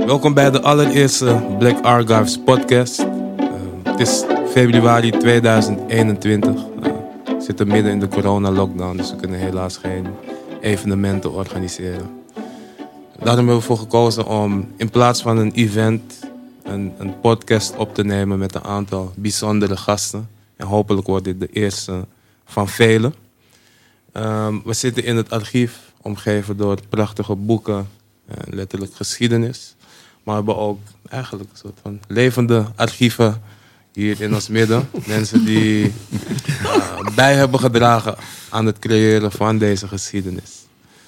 Welkom bij de allereerste Black Archives podcast. Het is februari 2021. We zitten midden in de corona-lockdown, dus we kunnen helaas geen evenementen organiseren. Daarom hebben we ervoor gekozen om in plaats van een event een podcast op te nemen met een aantal bijzondere gasten. En hopelijk wordt dit de eerste van velen. We zitten in het archief, omgeven door prachtige boeken, letterlijk geschiedenis. Maar we hebben ook eigenlijk een soort van levende archieven hier in ons midden. Mensen die bij hebben gedragen aan het creëren van deze geschiedenis.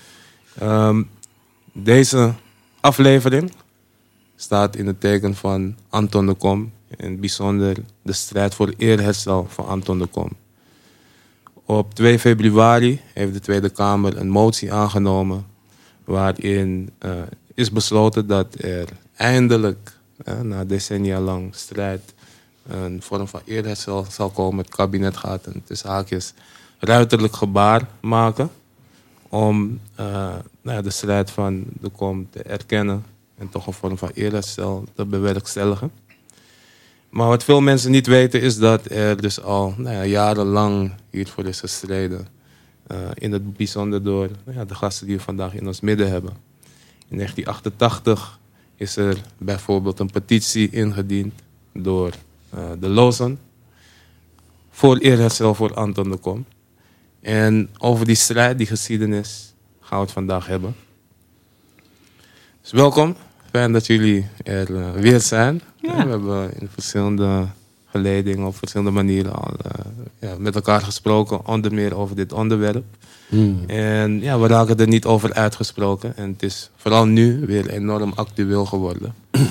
Deze aflevering staat in het teken van Anton de Kom. In het bijzonder de strijd voor eerherstel van Anton de Kom. Op 2 februari heeft de Tweede Kamer een motie aangenomen waarin is besloten dat er eindelijk, na decennia lang strijd, een vorm van eerherstel zal komen. Het kabinet gaat een tussen haakjes ruiterlijk gebaar maken om de strijd van de Kom te erkennen en toch een vorm van eerherstel te bewerkstelligen. Maar wat veel mensen niet weten is dat er dus al jarenlang hiervoor is gestreden. In het bijzonder door de gasten die we vandaag in ons midden hebben. In 1988 is er bijvoorbeeld een petitie ingediend door de Lozon voor eerherstel voor Anton de Kom. En over die strijd, die geschiedenis, gaan we het vandaag hebben. Dus welkom. Fijn dat jullie er weer zijn. Ja. We hebben in verschillende geledingen op verschillende manieren al met elkaar gesproken. Onder meer over dit onderwerp. En we raken er niet over uitgesproken. En het is vooral nu weer enorm actueel geworden.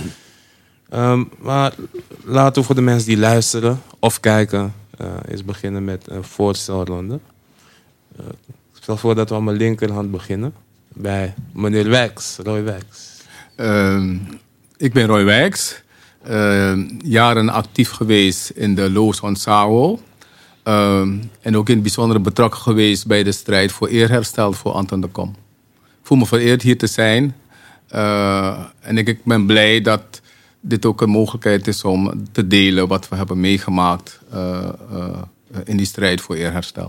Maar laten we voor de mensen die luisteren of kijken eens beginnen met een voorstelronde. Ik stel voor dat we aan mijn linkerhand beginnen. Bij meneer Wijks, Roy Wijks. Ik ben Roy Wijks. Jaren actief geweest in de Lozon SAO. En ook in het bijzonder betrokken geweest bij de strijd voor eerherstel voor Anton de Kom. Ik voel me vereerd hier te zijn. En ik ben blij dat dit ook een mogelijkheid is om te delen wat we hebben meegemaakt in die strijd voor eerherstel.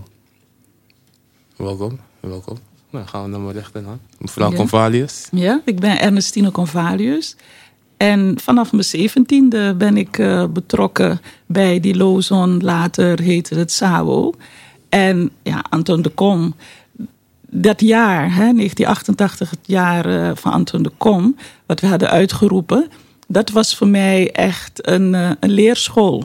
Welkom. Nou, gaan we naar mijn rechterhand. Mevrouw Convalius. Ja, ik ben Ernestine Convalius. En vanaf mijn 17e ben ik betrokken bij die Lozon, later heette het SAO. En Anton de Kom, dat jaar, 1988, het jaar van Anton de Kom, wat we hadden uitgeroepen, dat was voor mij echt een leerschool.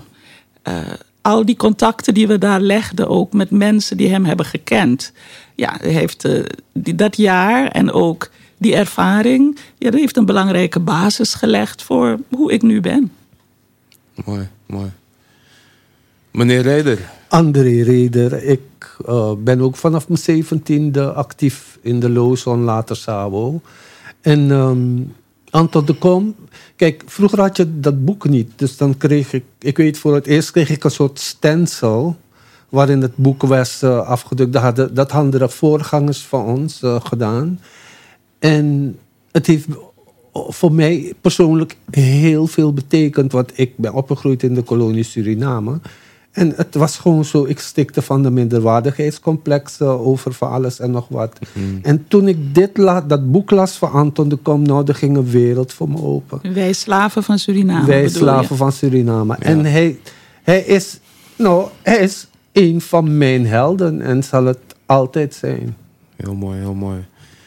Al die contacten die we daar legden, ook met mensen die hem hebben gekend. Ja, heeft dat jaar en ook die ervaring, dat heeft een belangrijke basis gelegd voor hoe ik nu ben. Mooi. Meneer Reder. André Reder. Ik ben ook vanaf mijn 17e actief in de Lozon, later SAO. En Anton de Kom. Kijk, vroeger had je dat boek niet. Dus dan kreeg ik weet voor het eerst kreeg ik een soort stencil waarin het boek was afgedrukt. Dat hadden de voorgangers van ons gedaan. En het heeft voor mij persoonlijk heel veel betekend. Want ik ben opgegroeid in de kolonie Suriname. En het was gewoon zo, ik stikte van de minderwaardigheidscomplex over van alles en nog wat. En toen ik dat boek las van Anton de Kom, er ging een wereld voor me open. Wij slaven van Suriname. Wij slaven van Suriname. Ja. En hij is een van mijn helden en zal het altijd zijn. Heel mooi.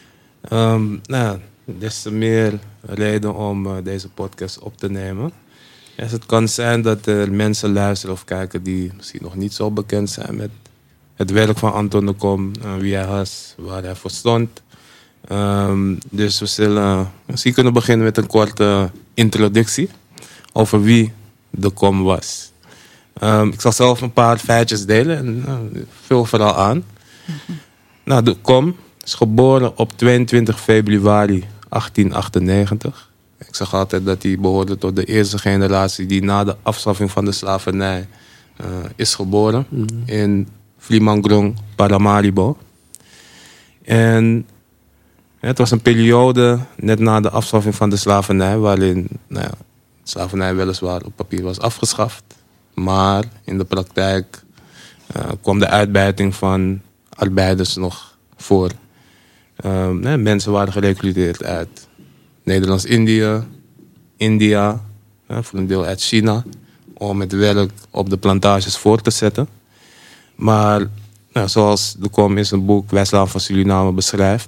Des te meer reden om deze podcast op te nemen. Dus het kan zijn dat er mensen luisteren of kijken die misschien nog niet zo bekend zijn met het werk van Anton de Kom. Wie hij was, waar hij voor stond. Dus we zullen misschien kunnen beginnen met een korte introductie over wie de Kom was. Ik zal zelf een paar feitjes delen en vul vooral aan. De Kom is geboren op 22 februari 1898. Ik zeg altijd dat hij behoorde tot de eerste generatie die na de afschaffing van de slavernij is geboren. In Flimangrong, Paramaribo. En Het was een periode net na de afschaffing van de slavernij, waarin slavernij weliswaar op papier was afgeschaft. Maar in de praktijk kwam de uitbuiting van arbeiders nog voor. Mensen waren gerecruiteerd uit Nederlands-Indië, India, voor een deel uit China, om het werk op de plantages voor te zetten. Maar zoals de Kom in zijn boek Wij Slaven van Suriname beschrijft,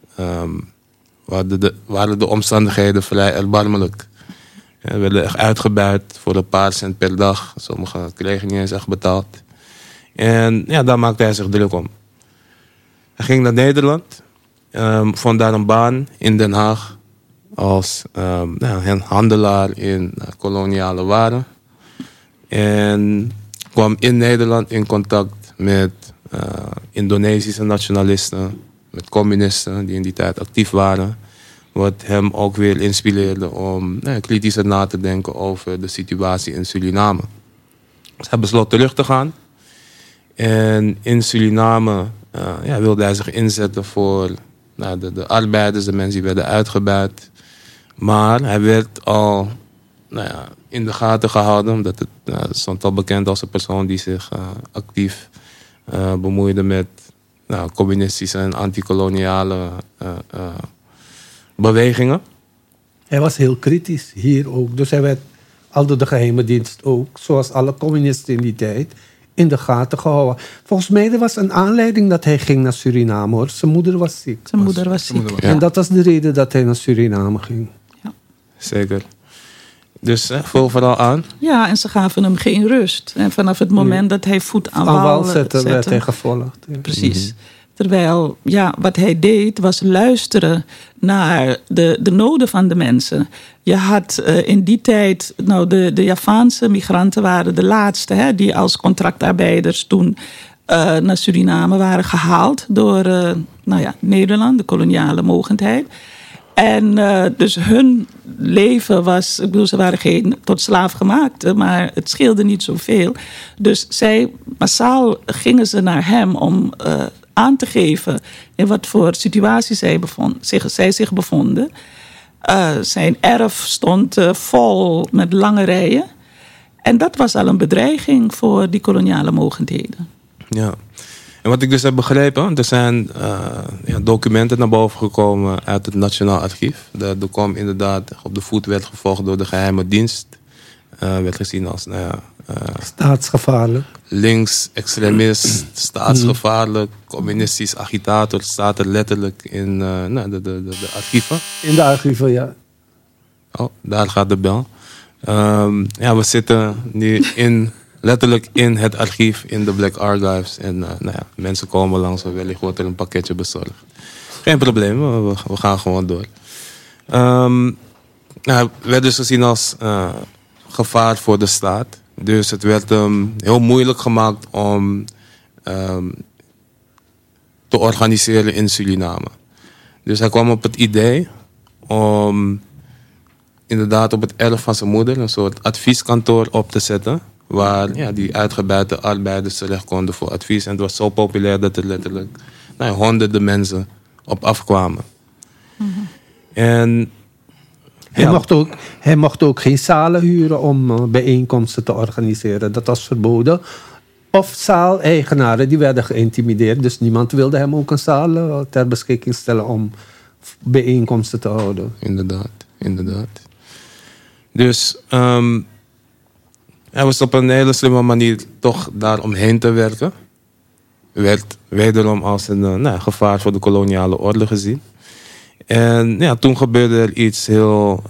waren de omstandigheden vrij erbarmelijk. We werden echt uitgebuit voor een paar cent per dag. Sommigen kregen niet eens echt betaald. En daar maakte hij zich druk om. Hij ging naar Nederland, vond daar een baan in Den Haag als een handelaar in koloniale waren. En kwam in Nederland in contact met Indonesische nationalisten, met communisten die in die tijd actief waren. Wat hem ook weer inspireerde om kritischer na te denken over de situatie in Suriname. Dus hij besloot terug te gaan. En in Suriname wilde hij zich inzetten voor de arbeiders, de mensen die werden uitgebuit. Maar hij werd al in de gaten gehouden, omdat het stond al bekend als een persoon die zich actief bemoeide met communistische en antikoloniale bewegingen. Hij was heel kritisch hier ook. Dus hij werd al door de geheime dienst ook, zoals alle communisten in die tijd, in de gaten gehouden. Volgens mij er was een aanleiding dat hij ging naar Suriname, hoor. Zijn moeder was ziek. Zijn moeder was ziek. Ja. En dat was de reden dat hij naar Suriname ging. Ja. Zeker. Dus vul vooral aan. Ja, en ze gaven hem geen rust. En vanaf het moment dat hij voet aan wal zette, werd hij gevolgd. Ja. Precies. Mm-hmm. Terwijl, wat hij deed was luisteren naar de noden van de mensen. Je had in die tijd, de Javaanse migranten waren de laatste, die als contractarbeiders toen naar Suriname waren gehaald door Nederland, de koloniale mogendheid. En dus hun leven was, ze waren geen tot slaaf gemaakt, maar het scheelde niet zoveel. Dus massaal gingen ze naar hem om aan te geven in wat voor situatie zij zich bevonden. Zijn erf stond vol met lange rijen. En dat was al een bedreiging voor die koloniale mogendheden. Ja. En wat ik dus heb begrepen, er zijn documenten naar boven gekomen uit het Nationaal Archief. Dat de Kom inderdaad op de voet werd gevolgd door de geheime dienst. Werd gezien als staatsgevaarlijk. Links-extremist, staatsgevaarlijk, communistisch agitator. Staat er letterlijk in de archieven. In de archieven, ja. Oh, daar gaat de bel. We zitten nu letterlijk in het archief, in de Black Archives. En mensen komen langs, wellicht wordt er een pakketje bezorgd. Geen probleem, we gaan gewoon door. Werd dus gezien als gevaar voor de staat. Dus het werd hem heel moeilijk gemaakt om te organiseren in Suriname. Dus hij kwam op het idee om inderdaad op het erf van zijn moeder een soort advieskantoor op te zetten. Waar die uitgebuite arbeiders terecht konden voor advies. En het was zo populair dat er letterlijk honderden mensen op afkwamen. Mm-hmm. En Hij mocht ook geen zalen huren om bijeenkomsten te organiseren. Dat was verboden. Of zaaleigenaren, die werden geïntimideerd. Dus niemand wilde hem ook een zaal ter beschikking stellen om bijeenkomsten te houden. Inderdaad. Dus hij was op een hele slimme manier toch daar omheen te werken. Werd wederom als een gevaar voor de koloniale orde gezien. En toen gebeurde er iets heel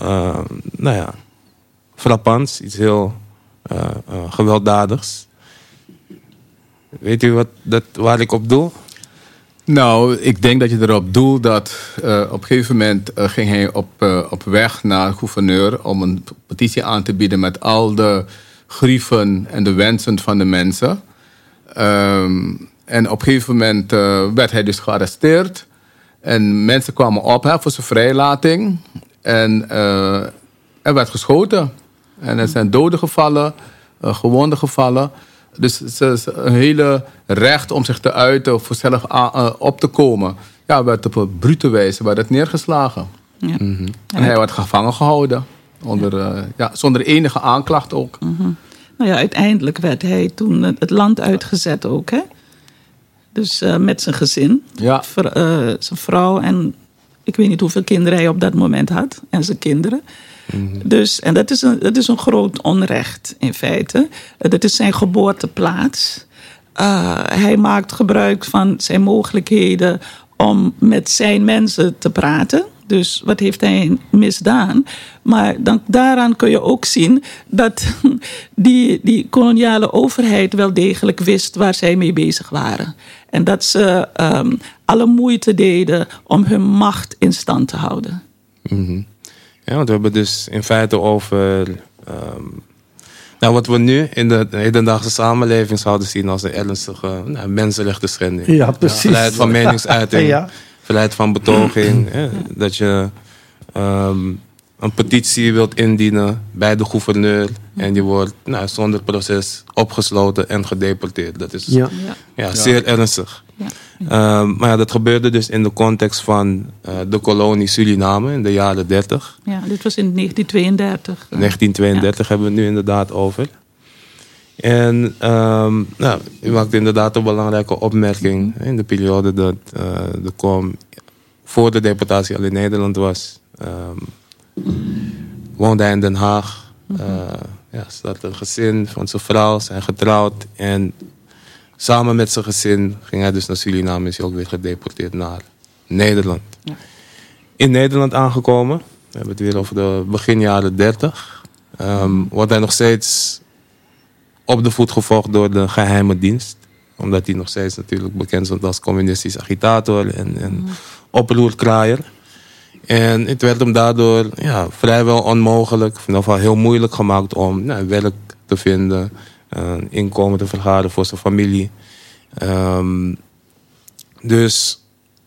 frappants, iets heel gewelddadigs. Weet u waar ik op doel? Nou, ik denk dat je erop doelt dat op een gegeven moment ging hij op weg naar de gouverneur om een petitie aan te bieden met al de grieven en de wensen van de mensen. En op een gegeven moment werd hij dus gearresteerd. En mensen kwamen op voor zijn vrijlating. En er werd geschoten. En er zijn doden gevallen, gewonden gevallen. Dus het is een hele recht om zich te uiten, voor zelf op te komen. werd op een brute wijze neergeslagen. Ja. En hij werd gevangen gehouden. Zonder enige aanklacht ook. Nou ja, uiteindelijk werd hij toen het land uitgezet ook. Hè? Dus met zijn gezin. Ja. Zijn vrouw en ik weet niet hoeveel kinderen hij op dat moment had. En zijn kinderen. Dus, en dat is een groot onrecht in feite. Dat is zijn geboorteplaats. Hij maakt gebruik van zijn mogelijkheden om met zijn mensen te praten. Dus wat heeft hij misdaan? Maar daaraan kun je ook zien dat die koloniale overheid wel degelijk wist waar zij mee bezig waren. En dat ze alle moeite deden om hun macht in stand te houden. Ja, want we hebben dus in feite over wat we nu in de hedendaagse samenleving zouden zien als een ernstige mensenrechten schending. Ja, precies. Vrijheid van meningsuiting, vrijheid van betoging. Dat je een petitie wilt indienen bij de gouverneur en die wordt zonder proces opgesloten en gedeporteerd. Dat is zeer ernstig. Ja. Maar dat gebeurde dus in de context van de kolonie Suriname in de jaren 30. Ja, dit was in 1932. 1932 hebben we het nu inderdaad over. En u maakt inderdaad een belangrijke opmerking in de periode dat de KOM voor de deportatie al in Nederland was. Woonde hij in Den Haag. Zat een gezin van zijn vrouw, zijn getrouwd. En samen met zijn gezin ging hij dus naar Suriname en is hij ook weer gedeporteerd naar Nederland. Ja. In Nederland aangekomen, we hebben het weer over de begin jaren 30. Wordt hij nog steeds op de voet gevolgd door de geheime dienst. Omdat hij nog steeds natuurlijk bekend stond als communistisch agitator en oproerkraaier. En het werd hem daardoor vrijwel onmogelijk, of in ieder geval heel moeilijk gemaakt om werk te vinden, inkomen te vergaren voor zijn familie. Dus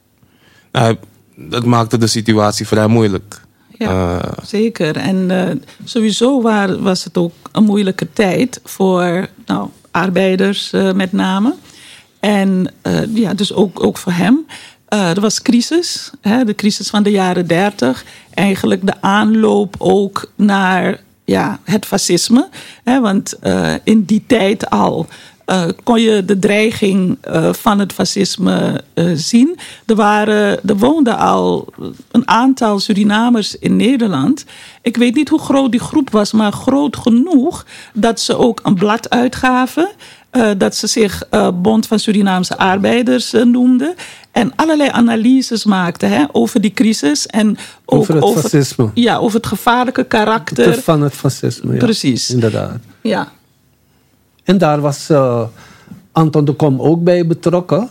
dat maakte de situatie vrij moeilijk. Ja, zeker. En sowieso was het ook een moeilijke tijd voor arbeiders met name. En dus ook voor hem. Er was crisis, de crisis van de jaren 30. Eigenlijk de aanloop ook naar het fascisme. Want in die tijd al kon je de dreiging van het fascisme zien. Er woonden al een aantal Surinamers in Nederland. Ik weet niet hoe groot die groep was, maar groot genoeg dat ze ook een blad uitgaven. Dat ze zich Bond van Surinaamse Arbeiders noemden. En allerlei analyses maakten over die crisis. En ook over het fascisme. Ja, over het gevaarlijke karakter. Van het fascisme, ja. Precies. Inderdaad. Ja. En daar was Anton de Kom ook bij betrokken.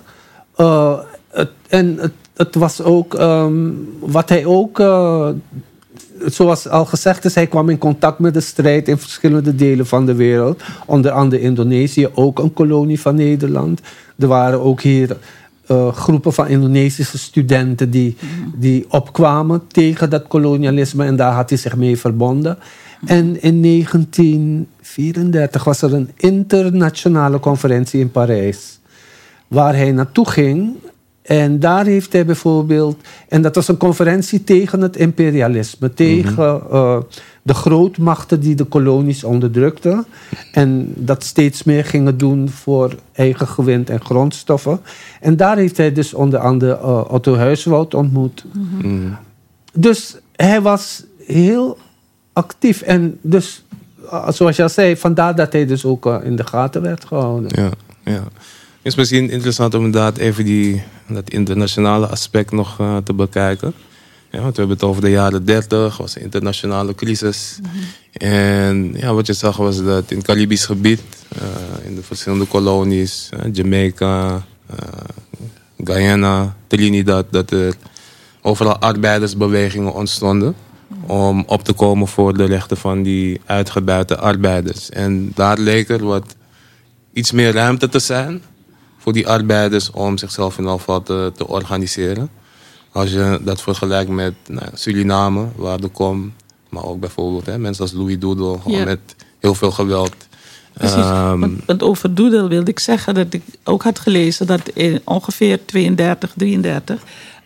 Het was ook wat hij ook... zoals al gezegd is, hij kwam in contact met de strijd in verschillende delen van de wereld. Onder andere Indonesië, ook een kolonie van Nederland. Er waren ook hier groepen van Indonesische studenten die opkwamen tegen dat kolonialisme. En daar had hij zich mee verbonden. En in 1934 was er een internationale conferentie in Parijs. Waar hij naartoe ging. En daar heeft hij bijvoorbeeld... En dat was een conferentie tegen het imperialisme. Tegen de grootmachten die de kolonies onderdrukten. En dat steeds meer gingen doen voor eigen gewin en grondstoffen. En daar heeft hij dus onder andere Otto Huiswoud ontmoet. Dus hij was heel actief. En dus, zoals je al zei, vandaar dat hij dus ook in de gaten werd gehouden. Ja. Het is misschien interessant om inderdaad even dat internationale aspect nog te bekijken. Ja, want we hebben het over de jaren 30, was een internationale crisis. En wat je zag was dat in het Caribisch gebied, in de verschillende kolonies, Jamaica, Guyana, Trinidad, dat er overal arbeidersbewegingen ontstonden om op te komen voor de rechten van die uitgebuite arbeiders. En daar leek er wat iets meer ruimte te zijn voor die arbeiders om zichzelf in afval te organiseren. Als je dat vergelijkt met Suriname, waar de KOM, maar ook bijvoorbeeld mensen als Louis Doedel, gewoon met heel veel geweld. Precies, want over Doedel wilde ik zeggen dat ik ook had gelezen dat in ongeveer 32, 33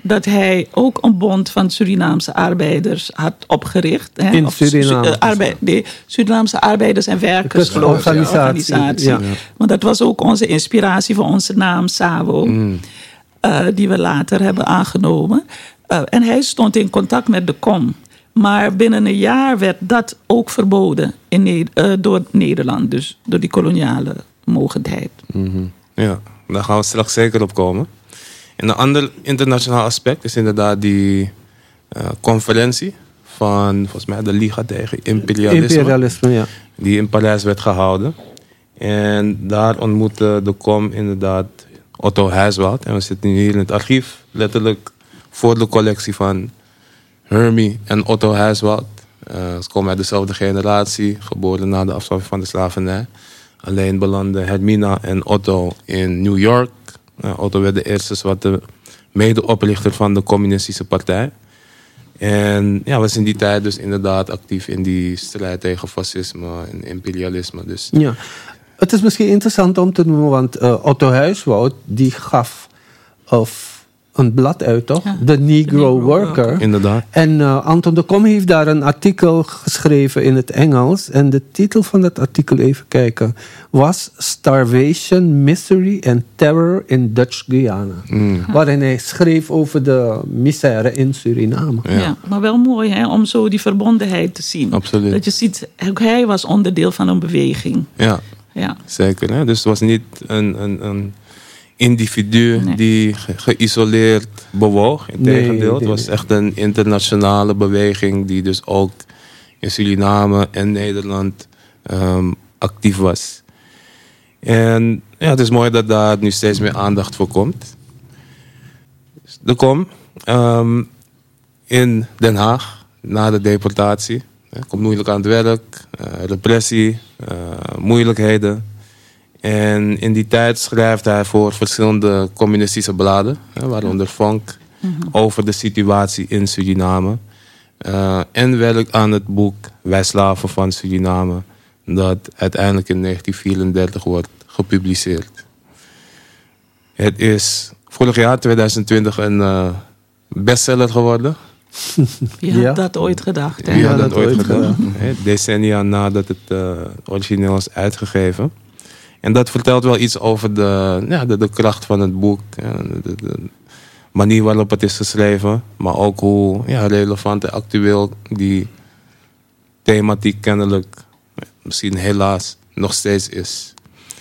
dat hij ook een bond van Surinaamse arbeiders had opgericht. Hè? In Suriname? Surinaamse arbeiders en werkers. Organisatie. Ja. Want dat was ook onze inspiratie voor onze naam SAWO. Die we later hebben aangenomen. En hij stond in contact met de KOM. Maar binnen een jaar werd dat ook verboden door Nederland. Dus door die koloniale mogendheid. Ja, daar gaan we straks zeker op komen. En een ander internationaal aspect is inderdaad die conferentie van, volgens mij, de Liga tegen Imperialisme. Ja. Die in Parijs werd gehouden. En daar ontmoette de KOM inderdaad Otto Huiswoud. En we zitten nu hier in het archief, letterlijk voor de collectie van Hermie en Otto Huiswoud. Ze komen uit dezelfde generatie, geboren na de afschaffing van de slavernij. Alleen belanden Hermina en Otto in New York. Otto werd de eerste zwarte medeoprichter van de Communistische Partij. En ja, was in die tijd dus inderdaad actief in die strijd tegen fascisme en imperialisme. Dus. Ja. Het is misschien interessant om te noemen, want Otto Huiswoud die gaf een blad uit, toch? Ja, The Negro Worker. Inderdaad. En Anton de Kom heeft daar een artikel geschreven in het Engels. En de titel van dat artikel, even kijken, was Starvation, Misery and Terror in Dutch Guyana. Waarin hij schreef over de misère in Suriname. Ja, maar wel mooi hè, om zo die verbondenheid te zien. Absoluut. Dat je ziet, ook hij was onderdeel van een beweging. Ja, zeker. Hè? Dus het was niet een individu die geïsoleerd bewoog. Integendeel, het was echt een internationale beweging die dus ook in Suriname en Nederland actief was. En ja, het is mooi dat daar nu steeds meer aandacht voor komt. De KOM in Den Haag na de deportatie. Komt moeilijk aan het werk, repressie, moeilijkheden. En in die tijd schrijft hij voor verschillende communistische bladen, waaronder Vonk, over de situatie in Suriname. En werkt aan het boek Wij slaven van Suriname, dat uiteindelijk in 1934 wordt gepubliceerd. Het is vorig jaar, 2020, een bestseller geworden. Wie had dat ooit gedacht? Hè? Wie had dat ooit gedacht? Decennia nadat het origineel is uitgegeven. En dat vertelt wel iets over de kracht van het boek. De manier waarop het is geschreven. Maar ook hoe relevant en actueel die thematiek kennelijk misschien helaas nog steeds is.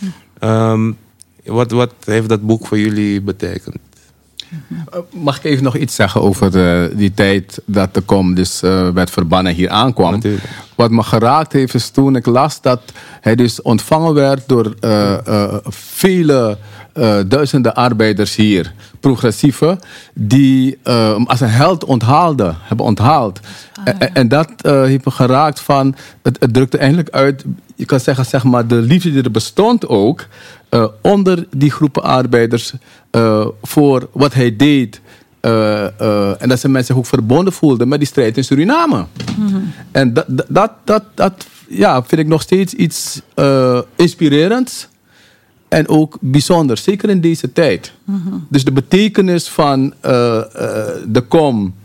Wat heeft dat boek voor jullie betekend? Mag ik even nog iets zeggen over die tijd dat de KOM dus werd verbannen hier aankwam? Natuurlijk. Wat me geraakt heeft is toen ik las dat hij dus ontvangen werd door vele duizenden arbeiders hier, progressieve, die als een held hebben onthaald. En dat heeft me geraakt van, het drukte eigenlijk uit, je kan zeggen, zeg maar, de liefde die er bestond ook, onder die groepen arbeiders voor wat hij deed. En dat ze mensen zich ook verbonden voelden met die strijd in Suriname. En dat vind ik nog steeds iets inspirerends. En ook bijzonder, zeker in deze tijd. Dus de betekenis van de KOM,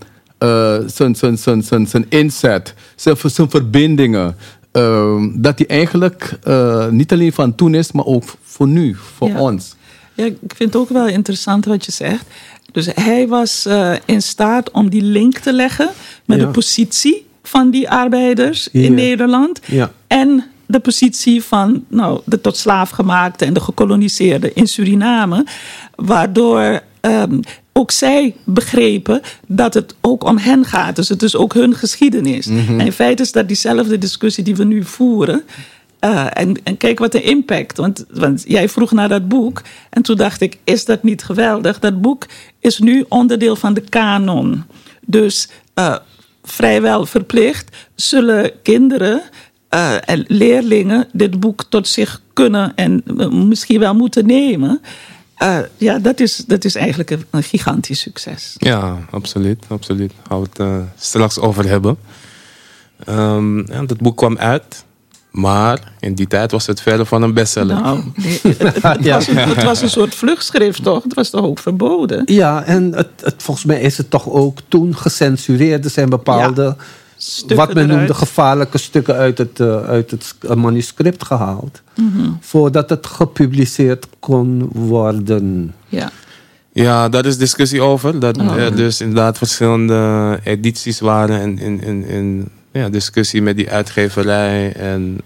zijn inzet, zijn verbindingen, dat die eigenlijk niet alleen van toen is, maar ook voor nu, voor ons. Ja, ik vind het ook wel interessant wat je zegt. Dus hij was in staat om die link te leggen met de positie van die arbeiders in Nederland. Ja. En de positie van de tot slaafgemaakte en de gekoloniseerden in Suriname. Waardoor ook zij begrepen dat het ook om hen gaat. Dus het is ook hun geschiedenis. En in feite is dat diezelfde discussie die we nu voeren. En kijk wat de impact. Want jij vroeg naar dat boek. En toen dacht ik, is dat niet geweldig? Dat boek is nu onderdeel van de kanon. Dus vrijwel verplicht zullen kinderen en leerlingen dit boek tot zich kunnen en misschien wel moeten nemen. Dat is eigenlijk een gigantisch succes. Ja, absoluut. Gaan we het straks over hebben. Dat boek kwam uit Maar in die tijd was het verder van een bestseller. Nou, nee, het was een soort vluchtschrift, toch? Het was toch ook verboden? Ja, en volgens mij is het toch ook toen gecensureerd. Er zijn bepaalde, Stukken wat men eruit. noemde, gevaarlijke stukken uit het manuscript gehaald. Voordat het gepubliceerd kon worden. Ja. Ja, daar is discussie over. Dat er dus inderdaad verschillende edities waren. En in discussie met die uitgeverij. En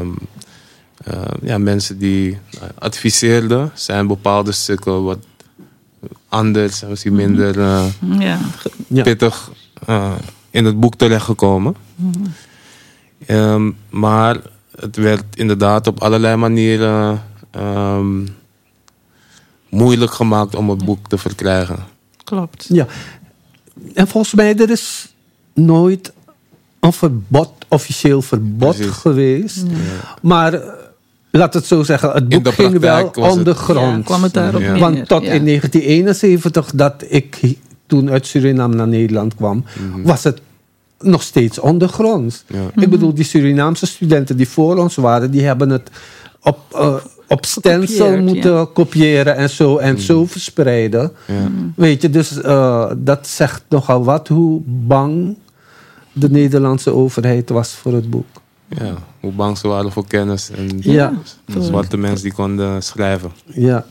mensen die adviseerden. Zijn bepaalde stukken wat anders. Was die minder Ja. Ja. pittig in het boek terechtgekomen. Maar het werd inderdaad op allerlei manieren moeilijk gemaakt om het boek te verkrijgen. Klopt. Ja. En volgens mij, er is nooit een officieel verbod Precies. geweest. Maar laat het zo zeggen, het boek de ging wel praktijk was het- ondergrond. Ja, kwam het daarop Ja. neer. Want tot Ja. in 1971, dat ik toen uit Suriname naar Nederland kwam, was het nog steeds ondergronds. Ja. Ik bedoel, die Surinaamse studenten die voor ons waren, die hebben het op stencil Gekopieerd, moeten kopiëren en zo verspreiden. Ja. Weet je, dus dat zegt nogal wat hoe bang de Nederlandse overheid was voor het boek. Ja, hoe bang ze waren voor kennis. En Ja. zwarte mensen die konden schrijven. Ja.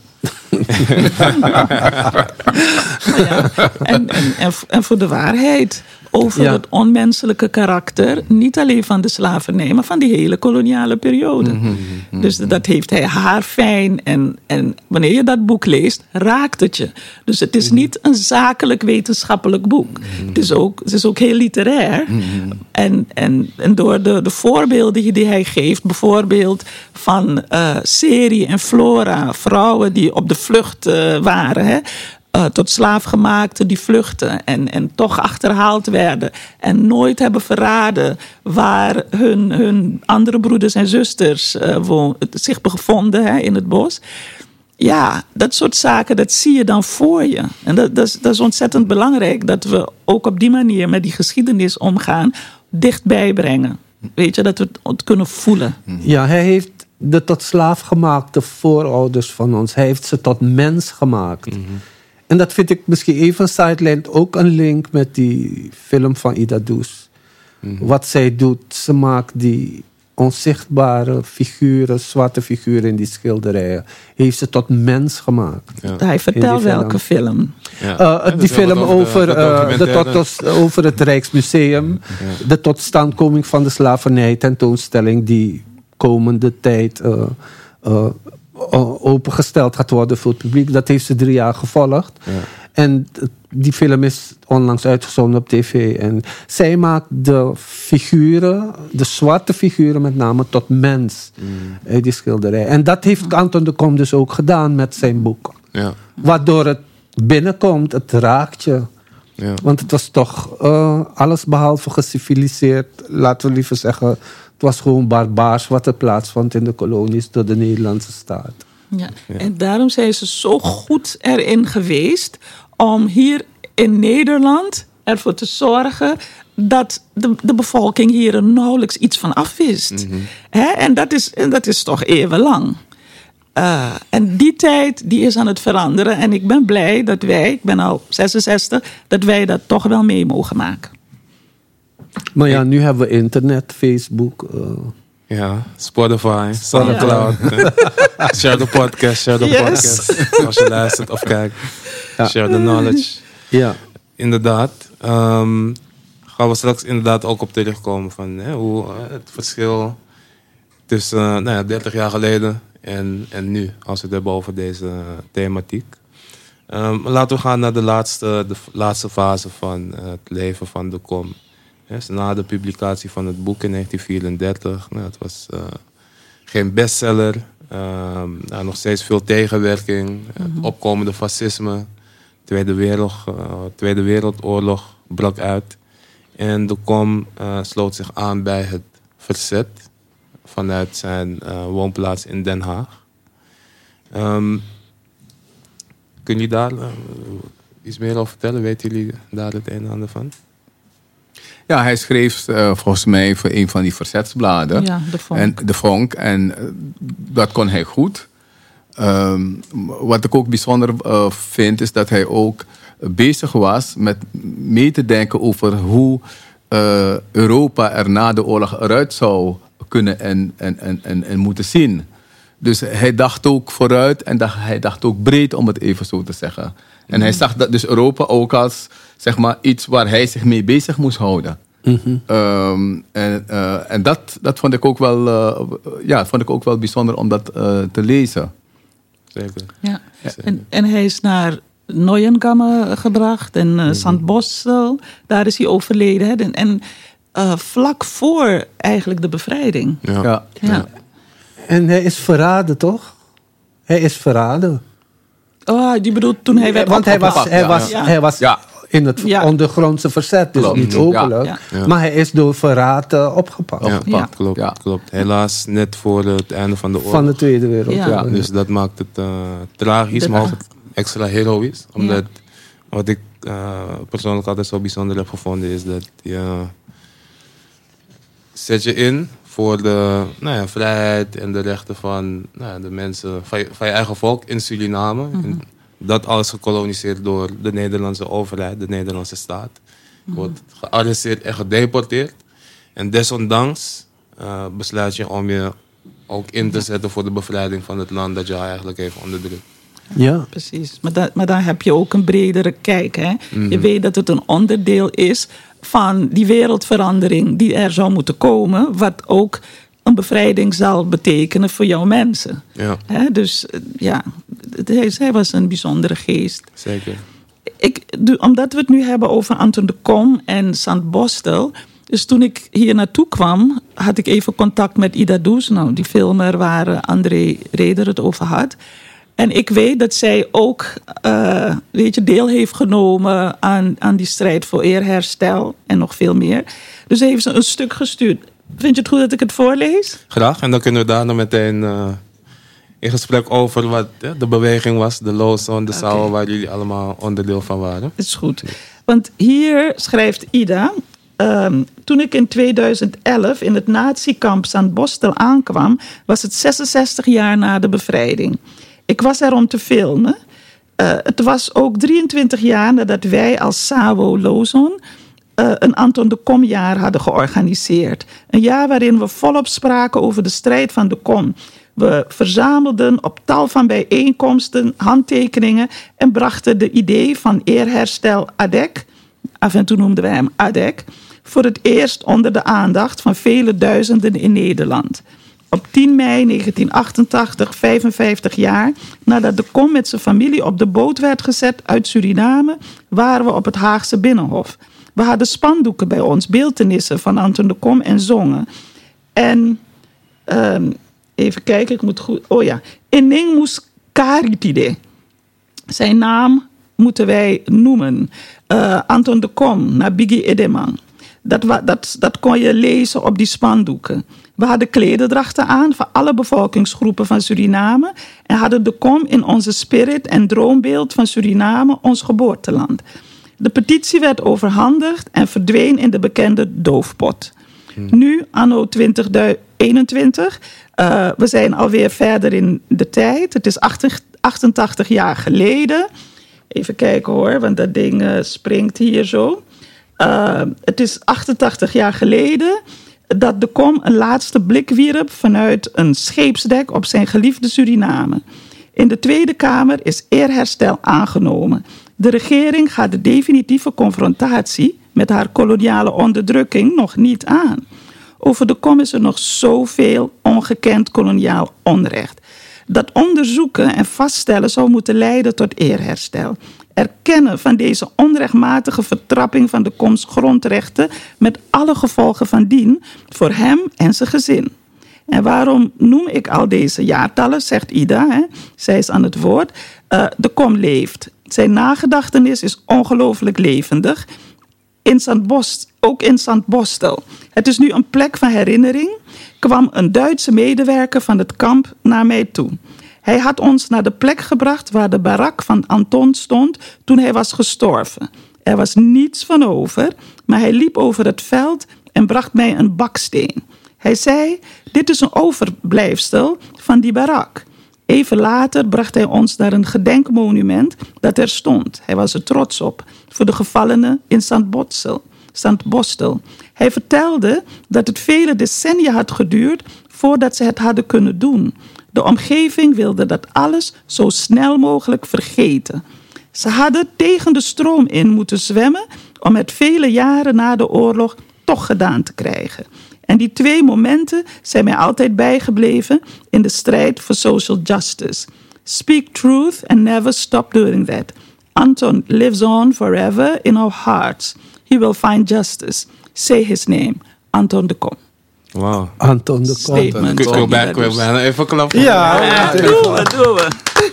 En voor de waarheid over Ja. het onmenselijke karakter, niet alleen van de slavernij, maar van die hele koloniale periode. Dus dat heeft hij haarfijn. En wanneer je dat boek leest, raakt het je. Dus het is niet een zakelijk wetenschappelijk boek. Het is ook heel literair. En door de voorbeelden die hij geeft, bijvoorbeeld van serie en flora, vrouwen die op de vlucht waren, hè, tot slaafgemaakten die vluchten en toch achterhaald werden en nooit hebben verraden waar hun andere broeders en zusters zich bevonden, hè, in het bos. Ja, dat soort zaken, dat zie je dan voor je. En dat is ontzettend belangrijk dat we ook op die manier met die geschiedenis omgaan, dichtbij brengen. Weet je, dat we het kunnen voelen. Ja, hij heeft de tot slaaf gemaakte voorouders van ons, hij heeft ze tot mens gemaakt. En dat vind ik misschien even sideline ook een link met die film van Ida Does. Wat zij doet, ze maakt die onzichtbare figuren, zwarte figuren in die schilderijen, heeft ze tot mens gemaakt. Ja. Hij In vertelt die film. welke film. Ja. Die film over het Rijksmuseum, de totstandkoming van de slavernij tentoonstelling die komende tijd opengesteld gaat worden voor het publiek. Dat heeft ze 3 jaar gevolgd. Ja. En die film is onlangs uitgezonden op tv. En zij maakt de figuren, de zwarte figuren met name, tot mens uit die schilderij. En dat heeft Anton de Kom dus ook gedaan met zijn boek. Ja. Waardoor het binnenkomt, het raakt je. Ja. Want het was toch alles behalve geciviliseerd. Laten we liever zeggen, het was gewoon barbaars wat er plaatsvond in de kolonies door de Nederlandse staat. Ja. En daarom zijn ze zo goed erin geweest om hier in Nederland ervoor te zorgen dat de bevolking hier er nauwelijks iets van afwist. Hè? En dat is toch eeuwenlang. En die tijd die is aan het veranderen. En ik ben blij dat ik ben al 66, dat wij dat toch wel mee mogen maken. Maar ja, nu hebben we internet, Facebook. Ja, Spotify, Soundcloud. Share the podcast, share the Yes. podcast. Als je luistert of kijkt. Share the knowledge. Ja. Inderdaad. Gaan we straks inderdaad ook op terugkomen van hoe het verschil tussen 30 jaar geleden en nu, als we het hebben over deze thematiek. Laten we gaan naar de laatste fase van het leven van de Kom. Dus na de publicatie van het boek in 1934. Het was geen bestseller. Nog steeds veel tegenwerking. Het opkomende fascisme. Tweede Wereldoorlog brak uit. En de Kom sloot zich aan bij het verzet. Vanuit zijn woonplaats in Den Haag. Kun je daar iets meer over vertellen? Weten jullie daar het een en ander van? Ja, hij schreef volgens mij voor een van die verzetsbladen. Ja, de Vonk. En de Vonk. En dat kon hij goed. Wat ik ook bijzonder vind, is dat hij ook bezig was met mee te denken over hoe Europa er na de oorlog eruit zou kunnen en moeten zien. Dus hij dacht ook vooruit en hij dacht ook breed, om het even zo te zeggen. En hij zag dat dus Europa ook als, zeg maar, iets waar hij zich mee bezig moest houden. En dat vond ik ook wel, bijzonder om dat te lezen. Zeker. Ja. En hij is naar Neuengamme gebracht en Sandbossel. Daar is hij overleden. Hè. En vlak voor eigenlijk de bevrijding. Ja. En hij is verraden, toch? Hij is verraden. Oh, die bedoelt toen hij werd Want hij was Ja. in het ondergrondse verzet, dus Klopt. niet openlijk. Ja. Maar hij is door verraad opgepakt. Ja. Klopt. Helaas net voor het einde van de oorlog. Van de Tweede Wereldoorlog. Ja. Dus dat maakt het tragisch, maar ook extra heroïs. Omdat wat ik persoonlijk altijd zo bijzonder heb gevonden is dat je zet je in voor de vrijheid en de rechten van de mensen, van je eigen volk in Suriname. En dat alles gekoloniseerd door de Nederlandse overheid, de Nederlandse staat. Wordt gearresteerd en gedeporteerd. En desondanks besluit je om je ook in te zetten voor de bevrijding van het land dat je eigenlijk heeft onderdrukt. Ja. Precies, maar dan heb je ook een bredere kijk. Hè? Je weet dat het een onderdeel is van die wereldverandering die er zou moeten komen, wat ook een bevrijding zal betekenen voor jouw mensen. Ja. Hè? Dus hij was een bijzondere geest. Zeker. Omdat we het nu hebben over Anton de Kom en Sandbostel. Dus toen ik hier naartoe kwam, had ik even contact met Ida Does, die filmer waar André Reder het over had. En ik weet dat zij ook deel heeft genomen aan die strijd voor eerherstel en nog veel meer. Dus heeft ze een stuk gestuurd. Vind je het goed dat ik het voorlees? Graag. En dan kunnen we daarna meteen in gesprek over wat de beweging was. De Lozon, de Sao, waar jullie allemaal onderdeel van waren. Dat is goed. Want hier schrijft Ida: toen ik in 2011 in het natiekamp Sandbostel aankwam, was het 66 jaar na de bevrijding. Ik was er om te filmen. Het was ook 23 jaar nadat wij als Sao Lozon een Anton de Kom-jaar hadden georganiseerd. Een jaar waarin we volop spraken over de strijd van de Kom. We verzamelden op tal van bijeenkomsten handtekeningen en brachten de idee van eerherstel ADEC, af en toe noemden wij hem ADEC, voor het eerst onder de aandacht van vele duizenden in Nederland. Op 10 mei 1988, 55 jaar nadat de Kom met zijn familie op de boot werd gezet uit Suriname, waren we op het Haagse Binnenhof. We hadden spandoeken bij ons, beeltenissen van Anton de Kom en zongen. En even kijken, ik moet goed. Oh ja, Inning moest Karitide. Zijn naam moeten wij noemen. Anton de Kom, naar Biggie Edeman. Dat kon je lezen op die spandoeken. We hadden klederdrachten aan voor alle bevolkingsgroepen van Suriname en hadden de Kom in onze spirit en droombeeld van Suriname, ons geboorteland. De petitie werd overhandigd en verdween in de bekende doofpot. Nu, anno 2021, we zijn alweer verder in de tijd. Het is 88 jaar geleden. Even kijken hoor, want dat ding springt hier zo. Het is 88 jaar geleden dat de Kom een laatste blik wierp vanuit een scheepsdek op zijn geliefde Suriname. In de Tweede Kamer is eerherstel aangenomen. De regering gaat de definitieve confrontatie met haar koloniale onderdrukking nog niet aan. Over de Kom is er nog zoveel ongekend koloniaal onrecht. Dat onderzoeken en vaststellen zou moeten leiden tot eerherstel. Erkennen van deze onrechtmatige vertrapping van de Koms grondrechten met alle gevolgen van dien voor hem en zijn gezin. En waarom noem ik al deze jaartallen, zegt Ida, hè? Zij is aan het woord. De Kom leeft. Zijn nagedachtenis is ongelooflijk levendig. Ook in Sandbostel. Het is nu een plek van herinnering. Kwam een Duitse medewerker van het kamp naar mij toe. Hij had ons naar de plek gebracht waar de barak van Anton stond toen hij was gestorven. Er was niets van over, maar hij liep over het veld en bracht mij een baksteen. Hij zei, dit is een overblijfsel van die barak. Even later bracht hij ons naar een gedenkmonument dat er stond. Hij was er trots op, voor de gevallenen in St. Bostel. Hij vertelde dat het vele decennia had geduurd voordat ze het hadden kunnen doen. De omgeving wilde dat alles zo snel mogelijk vergeten. Ze hadden tegen de stroom in moeten zwemmen om het vele jaren na de oorlog toch gedaan te krijgen. En die 2 momenten zijn mij altijd bijgebleven in de strijd voor social justice. Speak truth and never stop doing that. Anton lives on forever in our hearts. He will find justice. Say his name. Anton de Kom. Wauw. Anton de Kom. Statement. Ik wil bijna even klappen. Ja, Doen we.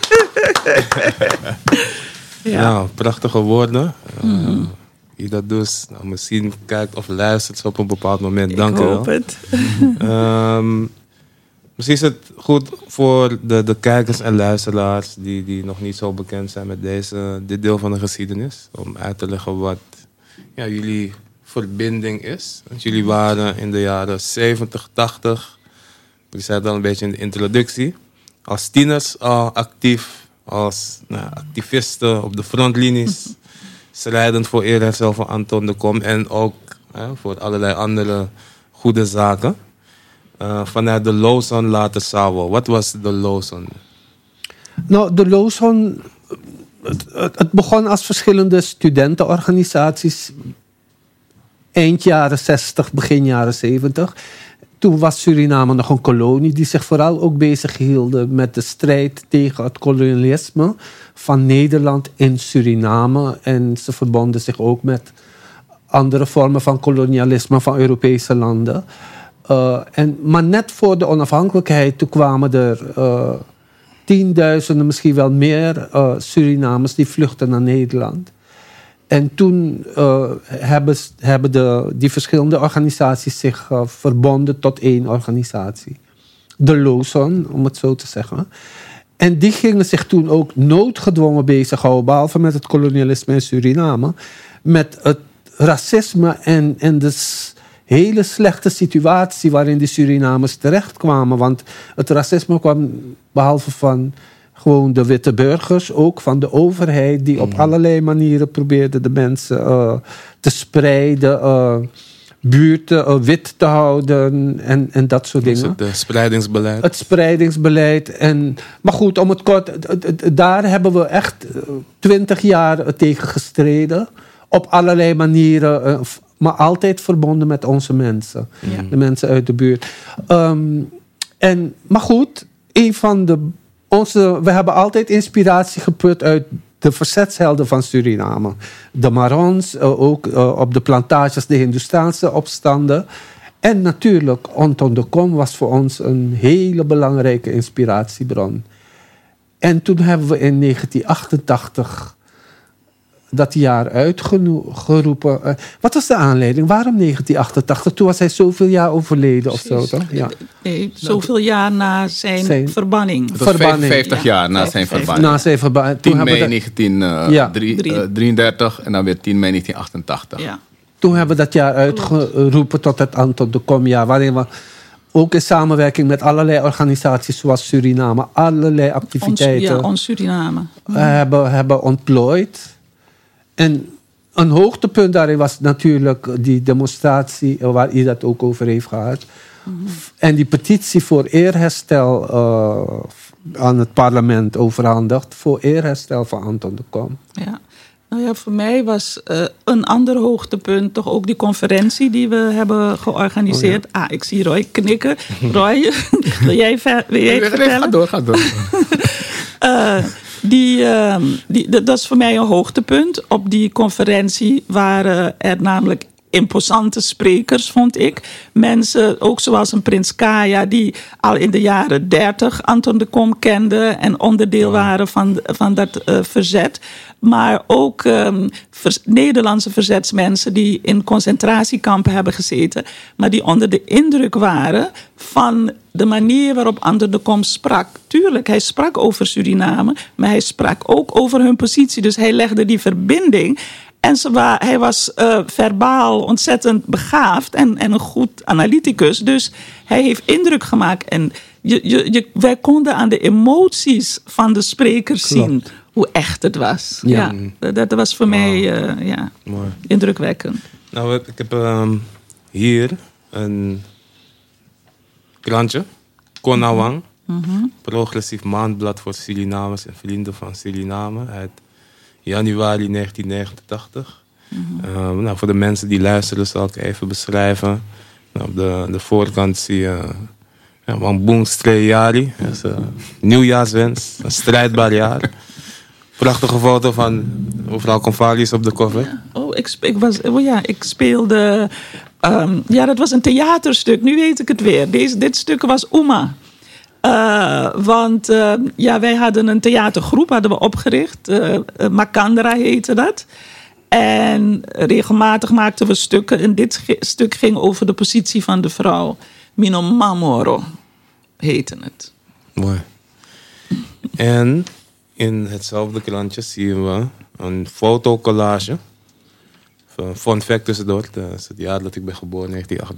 Ja, prachtige woorden. Wie dat dus misschien kijkt of luistert ze op een bepaald moment. Dank u Ik wel. hoop het. Misschien is het goed voor de kijkers en luisteraars die nog niet zo bekend zijn met dit deel van de geschiedenis. Om uit te leggen wat jullie verbinding is. Want jullie waren in de jaren 70, 80. Je zei het al een beetje in de introductie. Als tieners al actief. Als activisten op de frontlinies. Strijdend voor eerherstel van Anton de Kom. En ook voor allerlei andere goede zaken. Vanuit de Lozon later SAWO. Wat was de Lozon? Nou, de Lozon... Het begon als verschillende studentenorganisaties. Eind jaren 60, begin jaren 70. Toen was Suriname nog een kolonie die zich vooral ook bezig hield met de strijd tegen het kolonialisme van Nederland in Suriname. En ze verbonden zich ook met andere vormen van kolonialisme van Europese landen. Maar net voor de onafhankelijkheid, toen kwamen er tienduizenden, misschien wel meer Surinamers die vluchtten naar Nederland. En toen hebben die verschillende organisaties zich verbonden tot 1 organisatie. De Lozon, om het zo te zeggen. En die gingen zich toen ook noodgedwongen bezighouden, behalve met het kolonialisme in Suriname, met het racisme en de hele slechte situatie waarin de Surinamers terechtkwamen. Want het racisme kwam behalve van gewoon de witte burgers, ook van de overheid, die op allerlei manieren probeerde de mensen te spreiden, buurten wit te houden en dat soort dingen. Dus het spreidingsbeleid. Het spreidingsbeleid. Maar goed, om het kort, daar hebben we echt 20 jaar tegen gestreden. Op allerlei manieren, maar altijd verbonden met onze mensen. Ja. De mensen uit de buurt. Maar goed, we hebben altijd inspiratie geput uit de verzetshelden van Suriname. De Marons, ook op de plantages, de Hindoestaanse opstanden. En natuurlijk, Anton de Kom was voor ons een hele belangrijke inspiratiebron. En toen hebben we in 1988 dat jaar uitgeroepen. Wat was de aanleiding? Waarom 1988? Toen was hij zoveel jaar overleden of zo, toch? Ja. Nee, zoveel jaar na zijn verbanning. Het was 50 jaar na zijn verbanning. Na zijn verbanning. 10 mei 1933 en dan weer 10 mei 1988. Ja. Toen hebben we dat jaar uitgeroepen tot het Anton de Kom-jaar, waarin we ook in samenwerking met allerlei organisaties zoals Suriname, allerlei activiteiten Ons Suriname. hebben ontplooid. En een hoogtepunt daarin was natuurlijk die demonstratie waar u dat ook over heeft gehad. En die petitie voor eerherstel aan het parlement overhandigd. Voor eerherstel van Anton de Kom. Ja. Nou ja, voor mij was een ander hoogtepunt toch ook die conferentie die we hebben georganiseerd. Oh ja. Ik zie Roy knikken. Roy, wil jij het vertellen? Ga door. Dat is voor mij een hoogtepunt. Op die conferentie waren er namelijk imposante sprekers, vond ik. Mensen, ook zoals een Prins Kaya, die al in de jaren 30 Anton de Kom kende en onderdeel waren van dat verzet. Maar ook Nederlandse verzetsmensen die in concentratiekampen hebben gezeten, maar die onder de indruk waren van de manier waarop Anton de Kom sprak. Tuurlijk, hij sprak over Suriname, maar hij sprak ook over hun positie. Dus hij legde die verbinding. En hij was verbaal ontzettend begaafd en een goed analyticus. Dus hij heeft indruk gemaakt. En wij konden aan de emoties van de sprekers zien hoe echt het was. Ja. Dat was voor mij Mooi. indrukwekkend. Nou, ik heb hier een krantje. Konawang. Progressief maandblad voor Surinamers en vrienden van Suriname. Uit januari 1989. Nou, voor de mensen die luisteren zal ik even beschrijven. Nou, op de voorkant zie je Wangboeng Streyari. Dat is een nieuwjaarswens. Een strijdbaar jaar. Prachtige foto van mevrouw Convalius op de cover. Ja. Ik speelde... dat was een theaterstuk. Nu weet ik het weer. Dit stuk was Uma. Want wij hadden een theatergroep hadden we opgericht. Makandra heette dat. En regelmatig maakten we stukken. En dit stuk ging over de positie van de vrouw. Mino Mamoro heette het. Mooi. En in hetzelfde krantje zien we een fotocollage. Fun fact tussendoor. Dat is het jaar dat ik ben geboren,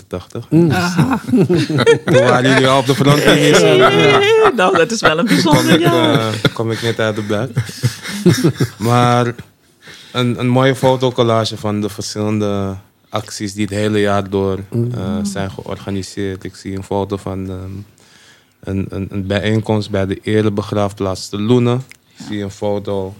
1988. Toen waren jullie al op de frontlinie. Nou, dat is wel een bijzonder jaar. Kom ik net uit de bed. Maar een mooie fotocollage van de verschillende acties die het hele jaar door zijn georganiseerd. Ik zie een foto van een bijeenkomst bij de erebegraafplaats de Loenen. Ik zie een foto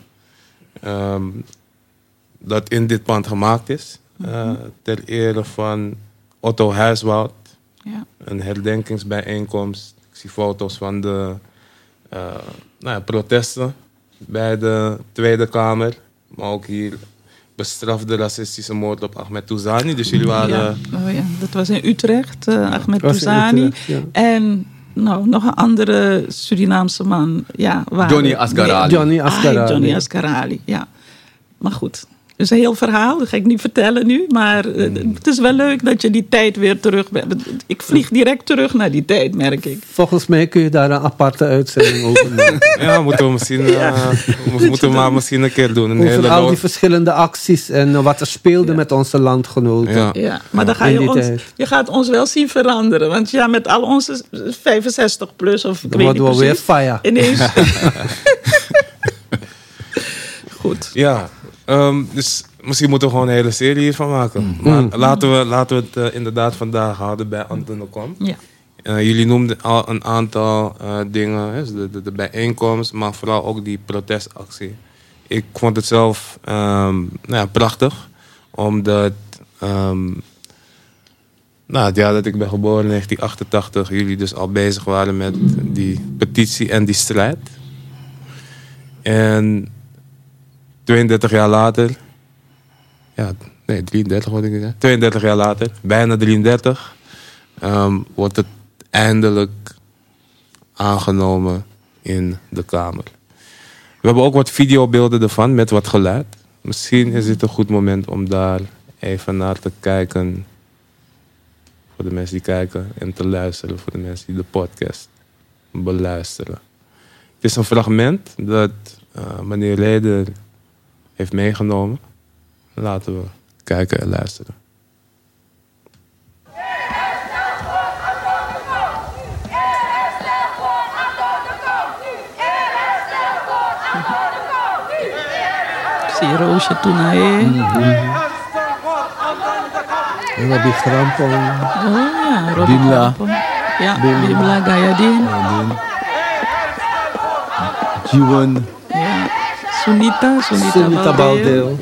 dat in dit pand gemaakt is. Ter ere van Otto Huiswoud. Ja. Een herdenkingsbijeenkomst. Ik zie foto's van de protesten bij de Tweede Kamer. Maar ook hier bestrafde racistische moord op Ahmed Touzani. Dus jullie waren... Dat was in Utrecht, Ahmed Touzani. Ja. En nog een andere Surinaamse man. Ja, Johnny Asgarali. Johnny Asgarali, ja. Maar goed... Het is een heel verhaal, dat ga ik niet vertellen nu. Maar het is wel leuk dat je die tijd weer terug bent. Ik vlieg direct terug naar die tijd, merk ik. Volgens mij kun je daar een aparte uitzending over maken. Ja, moeten we misschien een keer doen. Over al die verschillende acties en wat er speelde met onze landgenoten. Ja, maar dan ga je gaat ons wel zien veranderen. Want met al onze 65 plus of ik weet niet precies. Weer fire. Ineens. Goed. Ja. Dus misschien moeten we gewoon een hele serie hiervan maken. Maar laten we het inderdaad vandaag houden bij Anton de Kom. Ja. Jullie noemden al een aantal dingen. De bijeenkomst, maar vooral ook die protestactie. Ik vond het zelf prachtig. Omdat het jaar dat ik ben geboren in 1988... jullie dus al bezig waren met die petitie en die strijd. En... 32 jaar later... 33 word ik nu. 32 jaar later, bijna 33... wordt het eindelijk aangenomen in de Kamer. We hebben ook wat videobeelden ervan met wat geluid. Misschien is dit een goed moment om daar even naar te kijken. Voor de mensen die kijken en te luisteren. Voor de mensen die de podcast beluisteren. Het is een fragment dat meneer Leder... heeft meegenomen. Laten we kijken en luisteren. Ik zie Roosje Toenae. En Robbie Grampon. Robbie Grampon. Ja, Bimla Gayadin. Juwen. Sunita Baldeel.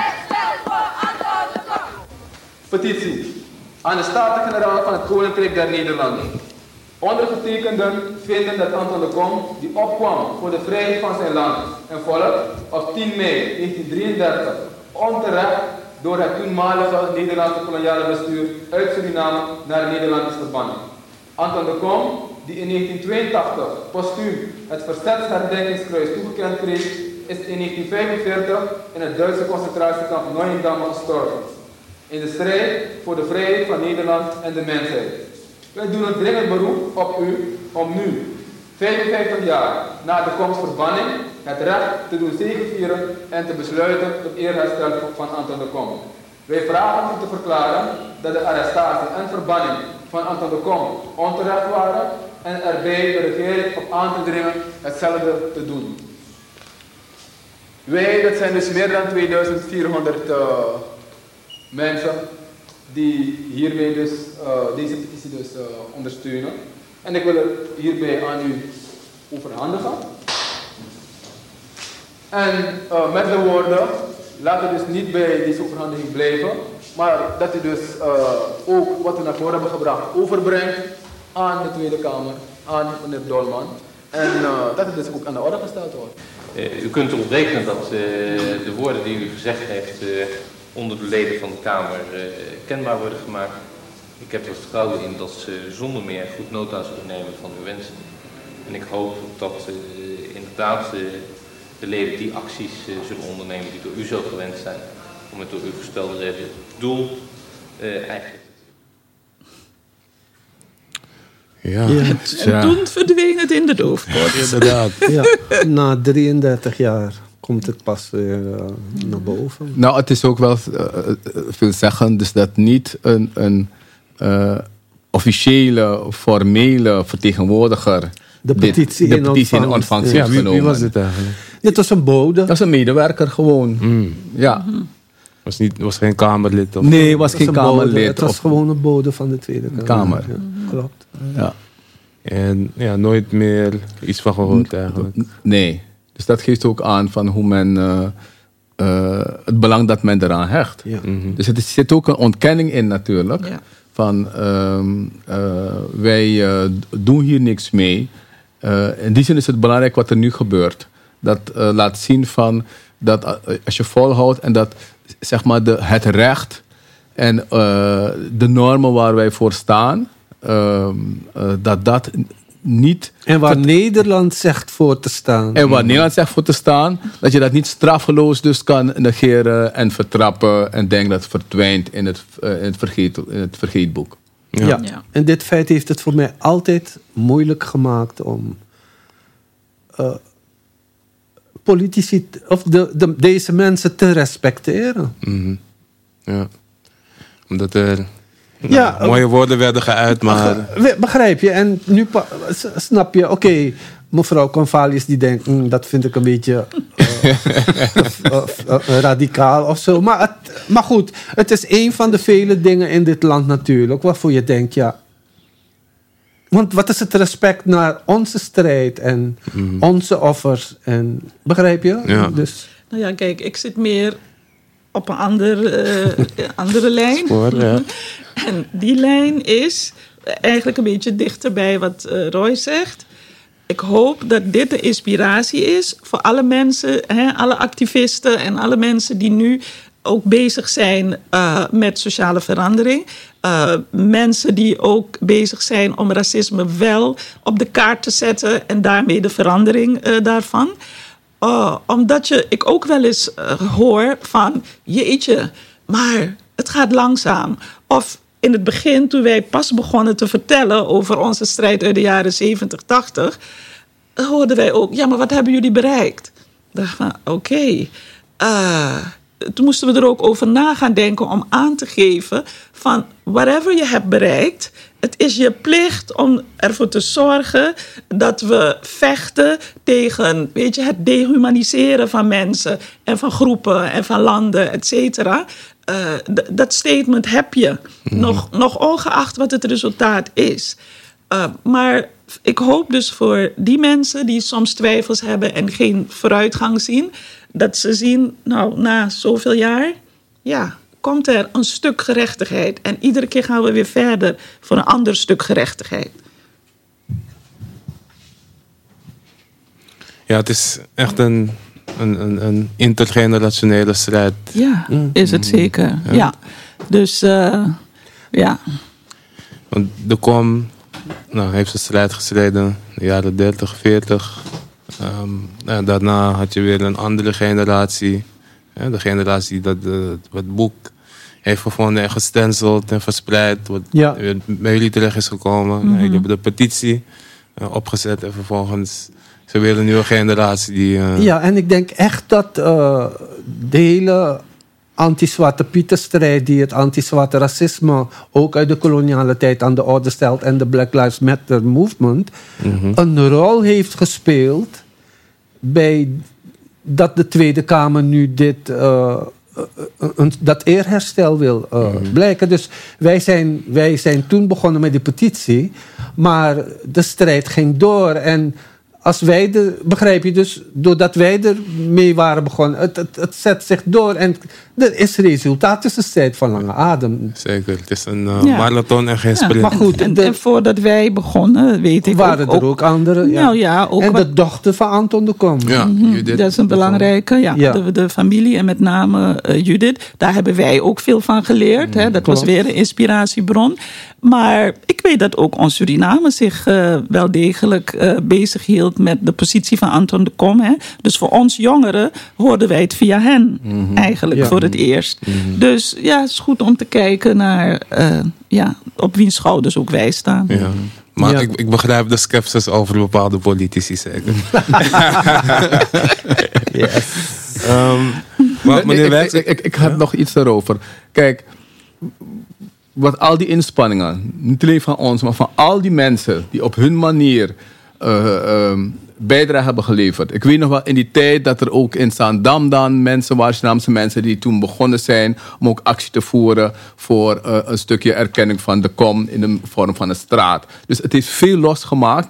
Petitie aan de Staten-Generaal van het Koninkrijk der Nederlanden. Ondergetekenden vinden dat Anton de Kom, die opkwam voor de vrijheid van zijn land en volk, op 10 mei 1933 onterecht door het toenmalige Nederlandse koloniale bestuur uit Suriname naar Nederland is verbannen. Anton de Kom, die in 1982 postuum het verzetsherdenkingskruis toegekend kreeg, is in 1945 in het Duitse concentratiekamp Neuendamme gestorven. In de strijd voor de vrijheid van Nederland en de mensheid. Wij doen een dringend beroep op u om nu, 55 jaar na de komstverbanning het recht te doen zegevieren en te besluiten tot eerherstel van Anton de Kom. Wij vragen u te verklaren dat de arrestatie en verbanning van Anton de Kom onterecht waren en erbij de regering op aan te dringen hetzelfde te doen. Wij, dat zijn dus meer dan 2400 mensen die hiermee dus deze petitie dus ondersteunen. En ik wil het hierbij aan u overhandigen. En met de woorden, laten we dus niet bij deze overhandiging blijven, maar dat u dus ook wat we naar voren hebben gebracht overbrengt aan de Tweede Kamer, aan meneer Dolman. En dat het dus ook aan de orde gesteld wordt. U kunt erop rekenen dat de woorden die u gezegd heeft onder de leden van de Kamer kenbaar worden gemaakt. Ik heb er vertrouwen in dat ze zonder meer goed nota zullen nemen van uw wensen. En ik hoop dat inderdaad de leden die acties zullen ondernemen die door u zo gewend zijn, om het door u gestelde doel eigenlijk. Ja. En toen verdween het in de doofpot. Inderdaad. Ja, na 33 jaar komt het pas weer naar boven. Nou, het is ook wel veelzeggend, dus dat niet een officiële, formele vertegenwoordiger de petitie in ontvangst heeft genomen. Wie was dit eigenlijk? Dit was een bode. Dat is een medewerker gewoon. Ja. Was geen Kamerlid? Of? Nee, was geen een bode. Kamerlid. Het was gewoon een bode van de Tweede Kamer. Ja, klopt. Ja. En ja, nooit meer iets van gehoord eigenlijk. Nee. Dus dat geeft ook aan van hoe men het belang dat men eraan hecht. Ja. Dus er zit ook een ontkenning in natuurlijk. Ja. Van wij doen hier niks mee. In die zin is het belangrijk wat er nu gebeurt. Dat laat zien van dat als je volhoudt en dat zeg maar het recht en de normen waar wij voor staan, dat niet. En waar Nederland zegt voor te staan. En waar Nederland zegt voor te staan, dat je dat niet straffeloos dus kan negeren en vertrappen en denkt dat het verdwijnt in het vergeetboek. Ja. Ja. En dit feit heeft het voor mij altijd moeilijk gemaakt om politici of deze mensen te respecteren. Ja. Omdat er Ja, mooie woorden werden geuit, maar... Begrijp je? En nu snap je, oké, mevrouw Convalius die denkt, dat vind ik een beetje radicaal of zo. Maar goed, het is een van de vele dingen in dit land natuurlijk waarvoor je denkt, ja. Want wat is het respect naar onze strijd en onze offers? En, begrijp je? Ja. Dus, Nou ja, kijk, ik zit meer op een andere lijn. Spoor, ja. En die lijn is eigenlijk een beetje dichter bij wat Roy zegt. Ik hoop dat dit de inspiratie is voor alle mensen, alle activisten en alle mensen die nu ook bezig zijn met sociale verandering. Mensen die ook bezig zijn om racisme wel op de kaart te zetten en daarmee de verandering daarvan. Omdat ik ook wel eens hoor van, jeetje, maar het gaat langzaam. Of in het begin, toen wij pas begonnen te vertellen over onze strijd uit de jaren 70, 80... hoorden wij ook, ja, maar wat hebben jullie bereikt? Ik dacht van, oké. Toen moesten we er ook over na gaan denken om aan te geven van whatever je hebt bereikt, het is je plicht om ervoor te zorgen dat we vechten tegen, weet je, het dehumaniseren van mensen en van groepen en van landen, et cetera. Dat statement heb je, nog ongeacht wat het resultaat is. Maar ik hoop dus voor die mensen die soms twijfels hebben en geen vooruitgang zien, dat ze zien, nou, na zoveel jaar, ja, komt er een stuk gerechtigheid. En iedere keer gaan we weer verder voor een ander stuk gerechtigheid. Ja, het is echt een intergenerationele strijd. Ja, is het zeker. Ja. Dus, ja. Want de Kom heeft zijn strijd gestreden in de jaren 30, 40. Daarna had je weer een andere generatie. De generatie die het boek heeft gevonden en gestenceld en verspreid. Wat weer bij jullie terecht is gekomen. Jullie hebben de petitie opgezet en vervolgens Ze willen een nieuwe generatie die... Ja, en ik denk echt dat de hele anti-Zwarte Pieter-strijd... die het anti-zwarte racisme ook uit de koloniale tijd aan de orde stelt... en de Black Lives Matter movement... een rol heeft gespeeld bij dat de Tweede Kamer nu dat eerherstel wil blijken. Dus wij zijn toen begonnen met die petitie... maar de strijd ging door en... Als wij begrijp je, dus doordat wij ermee waren begonnen, het zet zich door en er is resultaat. Het is een strijd van lange adem. Zeker, het is een marathon en geen sprint. Maar goed, en voordat wij begonnen, weet ik waren er ook anderen. Ja. Nou ja, ook en de dochter van Anton de Kom. Ja, Judith. Dat is een belangrijke, de familie en met name Judith. Daar hebben wij ook veel van geleerd. Hè. Dat was weer een inspiratiebron. Maar ik weet dat ook ons Suriname zich wel degelijk bezig hield met de positie van Anton de Kom. Hè. Dus voor ons jongeren hoorden wij het via hen eigenlijk voor het eerst. Dus ja, het is goed om te kijken naar op wiens schouders ook wij staan. Ja. Maar ik begrijp de sceptisch over bepaalde politici zeker. Yes. Maar meneer Wijks... Ik had nog iets daarover. Kijk, wat al die inspanningen, niet alleen van ons, maar van al die mensen die op hun manier bijdrage hebben geleverd. Ik weet nog wel in die tijd dat er ook in Zaandam dan mensen waren, Surinaamse mensen die toen begonnen zijn om ook actie te voeren voor een stukje erkenning van de Kom in de vorm van een straat. Dus het heeft veel losgemaakt.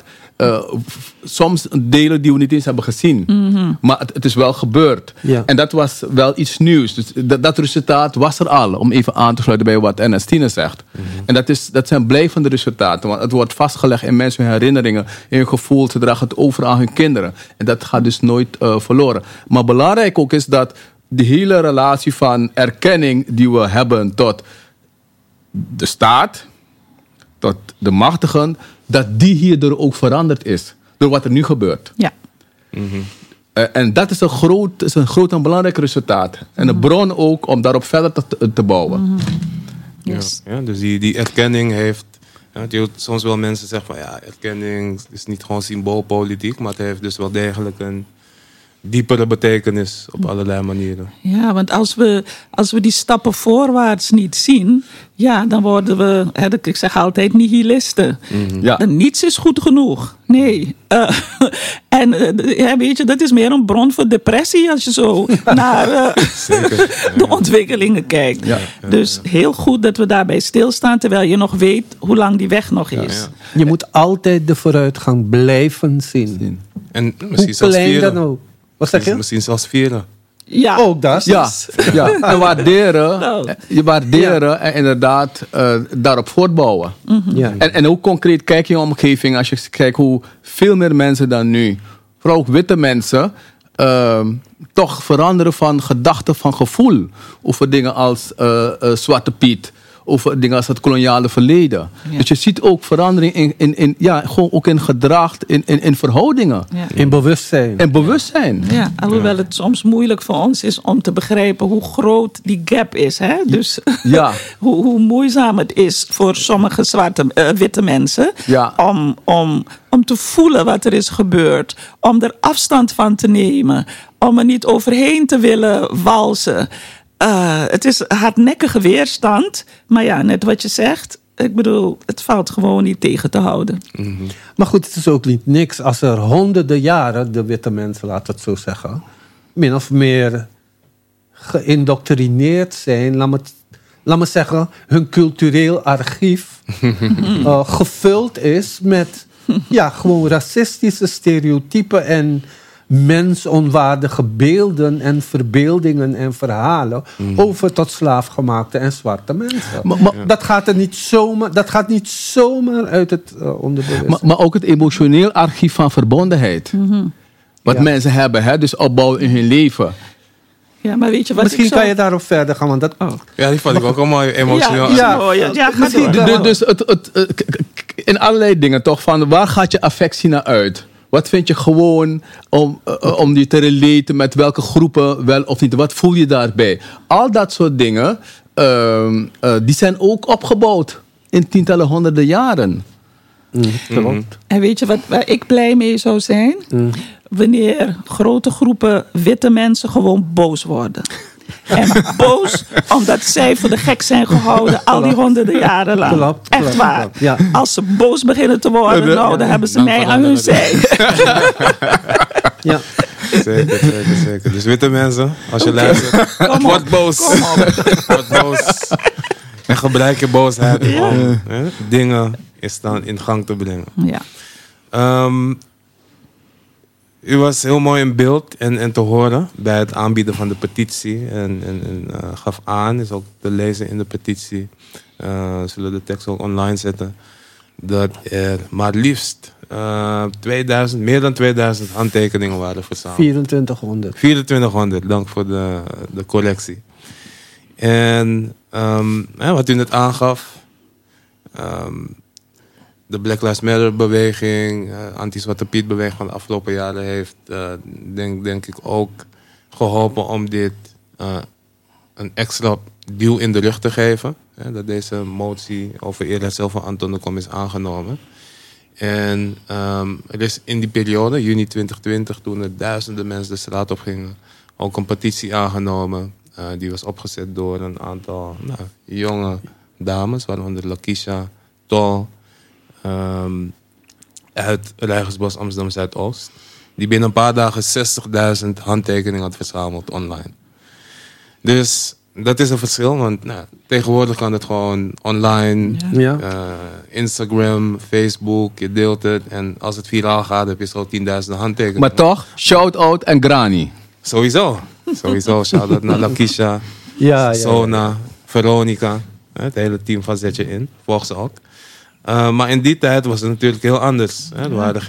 Soms delen die we niet eens hebben gezien. Maar het is wel gebeurd. Ja. En dat was wel iets nieuws. Dus dat resultaat was er al. Om even aan te sluiten bij wat Ernestine zegt. En dat zijn blijvende resultaten. Want het wordt vastgelegd in mensen hun herinneringen. In hun gevoel. Ze dragen het over aan hun kinderen. En dat gaat dus nooit verloren. Maar belangrijk ook is dat de hele relatie van erkenning die we hebben tot de staat, tot de machtigen, dat die hierdoor ook veranderd is. Door wat er nu gebeurt. Ja. En dat is een groot en belangrijk resultaat. En een bron ook om daarop verder te bouwen. Yes. Ja, dus die erkenning heeft... soms wel mensen zeggen van erkenning is niet gewoon symboolpolitiek, maar het heeft dus wel degelijk een diepere betekenis op allerlei manieren. Ja, want als we die stappen voorwaarts niet zien, dan worden we, ik zeg altijd, nihilisten. Niets is goed genoeg. Nee. En weet je, dat is meer een bron voor depressie als je zo naar de ontwikkelingen kijkt. Ja. Dus heel goed dat we daarbij stilstaan, terwijl je nog weet hoe lang die weg nog is. Ja. Je moet altijd de vooruitgang blijven zien. En misschien zelfs vieren. Dan ook. Wat zeg je? Misschien zelfs vieren. Ja, ook dat. Ja. En waarderen en inderdaad daarop voortbouwen. Ja. En ook concreet kijk in je omgeving, als je kijkt hoe veel meer mensen dan nu, vooral ook witte mensen, toch veranderen van gedachten, van gevoel over dingen als Zwarte Piet, over dingen als het koloniale verleden. Ja. Dus je ziet ook verandering gewoon ook in gedrag, in verhoudingen. Ja. In bewustzijn. En bewustzijn. Ja, alhoewel het soms moeilijk voor ons is om te begrijpen hoe groot die gap is. Hè? Dus hoe moeizaam het is voor sommige witte mensen om te voelen wat er is gebeurd. Om er afstand van te nemen. Om er niet overheen te willen walsen. Het is hardnekkige weerstand. Maar net wat je zegt. Ik bedoel, het valt gewoon niet tegen te houden. Maar goed, het is ook niet niks als er honderden jaren, de witte mensen, laat het zo zeggen, min of meer geïndoctrineerd zijn. Laat me zeggen, hun cultureel archief gevuld is met gewoon racistische stereotypen en mensonwaardige beelden en verbeeldingen en verhalen over tot slaafgemaakte en zwarte mensen. Maar dat gaat niet zomaar uit het onderbewustzijn. Maar ook het emotioneel archief van verbondenheid. Wat mensen hebben, dus opbouwen in hun leven. Ja, maar weet je wat misschien kan je daarop verder gaan. Want ja, die vond ik ook al mooi emotioneel. Dus in allerlei dingen toch, van waar gaat je affectie naar uit? Wat vind je gewoon om je te relaten met welke groepen wel of niet? Wat voel je daarbij? Al dat soort dingen, die zijn ook opgebouwd in tientallen, honderden jaren. Klopt. En weet je waar ik blij mee zou zijn? Wanneer grote groepen witte mensen gewoon boos worden. En boos omdat zij voor de gek zijn gehouden al die honderden jaren lang. Klopt, Echt klopt, waar. klopt, ja. Als ze boos beginnen te worden, nou, dan hebben ze mij aan hun zij. Ja. Zeker. Dus witte mensen, als je luistert, word boos. Word boos. En gebruik je boosheid om dingen in gang te brengen. Ja. U was heel mooi in beeld en te horen bij het aanbieden van de petitie. En gaf aan, is ook te lezen in de petitie. We zullen de tekst ook online zetten. Dat er maar liefst meer dan 2000 handtekeningen waren verzameld. 2400. 2400, dank voor de correctie. En wat u net aangaf... de Black Lives Matter beweging, anti-Zwarte Piet beweging van de afgelopen jaren heeft denk ik ook geholpen om dit een extra duw in de rug te geven. Dat deze motie over eerherstel van Anton de Kom is aangenomen. En er is in die periode, juni 2020, toen er duizenden mensen de straat op gingen, ook een petitie aangenomen. Die was opgezet door een aantal jonge dames, waaronder Lakisha Tol, uit Ruigersbos, Amsterdam Zuidoost. Die binnen een paar dagen 60.000 handtekeningen had verzameld online. Dus dat is een verschil, want tegenwoordig kan het gewoon online. Ja. Instagram, Facebook, je deelt het. En als het viraal gaat, heb je zo 10.000 handtekeningen. Maar toch, shout-out en Grani. Sowieso, shout-out naar Lakisha, Sona, Veronica. Het hele team van Zet Je In, volg ze ook. Maar in die tijd was het natuurlijk heel anders. Er waren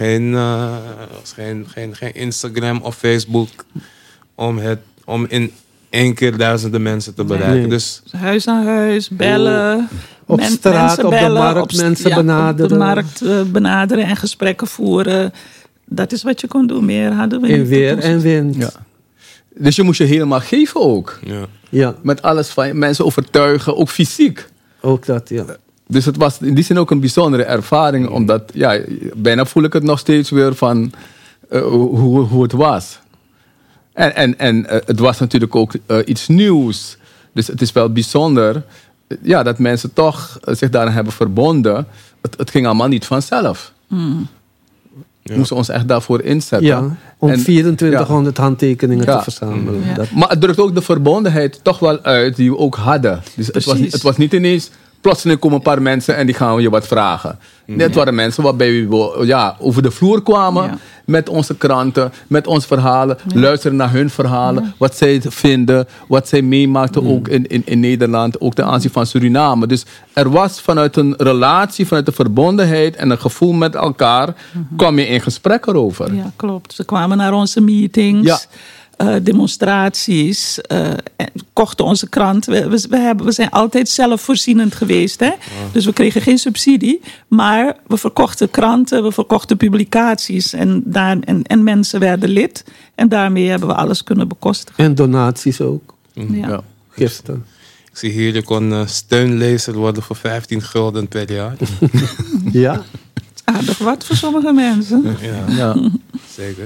geen Instagram of Facebook om in één keer duizenden mensen te bereiken. Nee. Dus Huis aan huis, bellen. Op straat, op de markt mensen benaderen. Op de markt benaderen en gesprekken voeren. Dat is wat je kon doen. Meer hadden we niet. In weer en wind. Ja. Dus je moest je helemaal geven ook. Ja, Met alles van je mensen overtuigen, ook fysiek. ook dat, ja. Dus het was in die zin ook een bijzondere ervaring. Omdat, bijna voel ik het nog steeds weer van hoe het was. En het was natuurlijk ook iets nieuws. Dus het is wel bijzonder dat mensen toch zich daaraan hebben verbonden. Het ging allemaal niet vanzelf. We moesten ons echt daarvoor inzetten. Ja, om 2400 handtekeningen te verzamelen. Ja. Dat, Maar het drukt ook de verbondenheid toch wel uit die we ook hadden. Dus het was niet ineens, plotseling komen een paar mensen en die gaan je wat vragen. Nee, het waren mensen waarbij we over de vloer kwamen met onze kranten, met onze verhalen. Luisteren naar hun verhalen, wat zij vinden, wat zij meemaakten ook in Nederland, ook ten aanzien van Suriname. Dus er was vanuit een relatie, vanuit de verbondenheid en een gevoel met elkaar, kwam je in gesprek erover. Ja, klopt. Ze kwamen naar onze meetings. Demonstraties, kochten onze krant. We zijn altijd zelfvoorzienend geweest. Hè? Dus we kregen geen subsidie. Maar we verkochten kranten, we verkochten publicaties. En mensen werden lid. En daarmee hebben we alles kunnen bekostigen. en donaties ook. Ja. Gisteren. ik zie hier, je kon steunlezer worden voor 15 gulden per jaar. Ja. Aardig wat voor sommige mensen. Ja, zeker.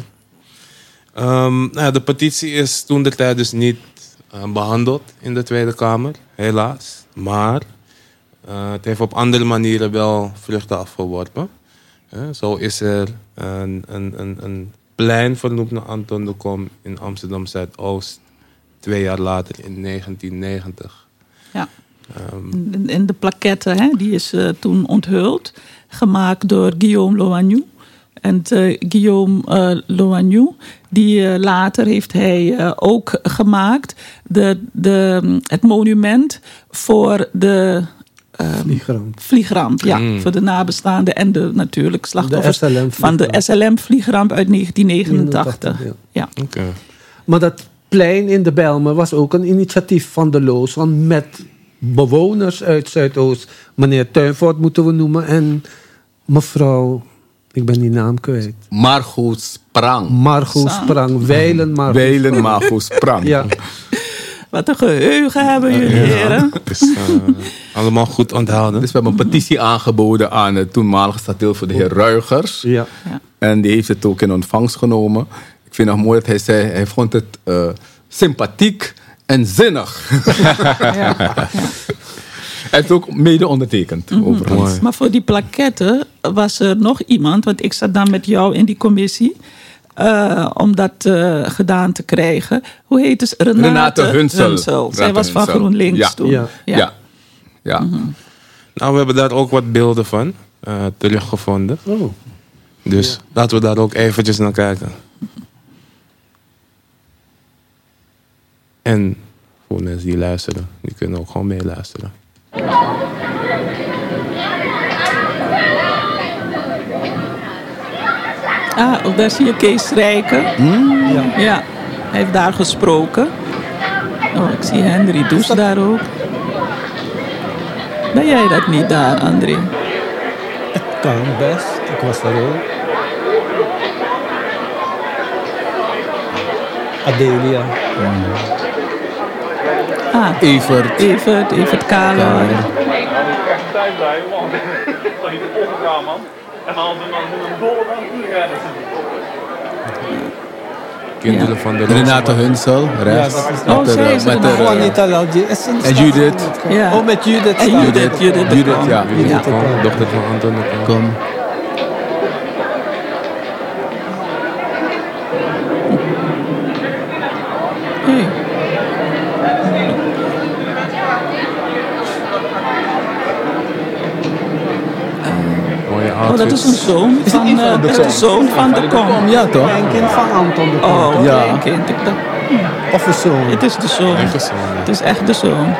De petitie is toen de tijd dus niet behandeld in de Tweede Kamer, helaas. Maar het heeft op andere manieren wel vruchten afgeworpen. Zo is er een plein vernoemd naar Anton de Kom in Amsterdam Zuidoost 2 jaar later in 1990. Ja. En de plaquette, die is toen onthuld. Gemaakt door Guillaume Loagnou. En Guillaume Loagnou, die later heeft hij ook gemaakt het monument voor de vliegramp. Ja, voor de nabestaanden en de natuurlijk slachtoffers van de SLM-vliegramp uit 1989. Ja. Okay. Maar dat plein in de Bijlmer was ook een initiatief van de Looswan met bewoners uit Zuidoost. Meneer Tuinvoort moeten we noemen en mevrouw... Ik ben die naam kwijt. Margot Sprang. Weilen Margot Sprang. Ja. Wat een geheugen hebben jullie, heren. Het is allemaal goed onthouden. Dus we hebben een petitie aangeboden aan het toenmalige staddeel voor de heer Ruigers. Ja. En die heeft het ook in ontvangst genomen. Ik vind het mooi dat hij zei, hij vond het sympathiek en zinnig. Ja. Hij heeft ook mede ondertekend, overigens. Mooi. Maar voor die plaquetten was er nog iemand, want ik zat dan met jou in die commissie, om dat gedaan te krijgen. Hoe heet ze? Renate Hunsel. Zij was van GroenLinks Ja. toen. Ja. Ja. Nou, we hebben daar ook wat beelden van teruggevonden. Oh. Dus laten we daar ook eventjes naar kijken. En voor mensen die luisteren, die kunnen ook gewoon meeluisteren. Daar zie je Kees Rijken. Ja, hij heeft daar gesproken. Oh, ik zie Henry Does daar ook. Ben jij dat niet daar, André? Kan best. Ik was daar ook. Adelia. Evert Kaler. Ik echt tijd bij, want dat is opgegaan, man. En dan een dolle dan uren. Kinderen van de Renate Hunsel, rechts. Ja, dat is- Oh, zij is er nog. Juanita Laldi. En Judith. Ja. Oh, met Judith. En staat Judith, het. Judith de Judith, Kom. ja. Judith de Kom, dochter van Anton de Kom. Kom. Hey. Mooie Oh, dat is een outfits. zoon van de zoon van de Kom. Ja, toch? Kleinkind van Anton de Kom. Oh, Ja. kleinkind. Ik dacht, Of een zoon. het is de zoon. Eigen zoon, ja. Het is echt de zoon.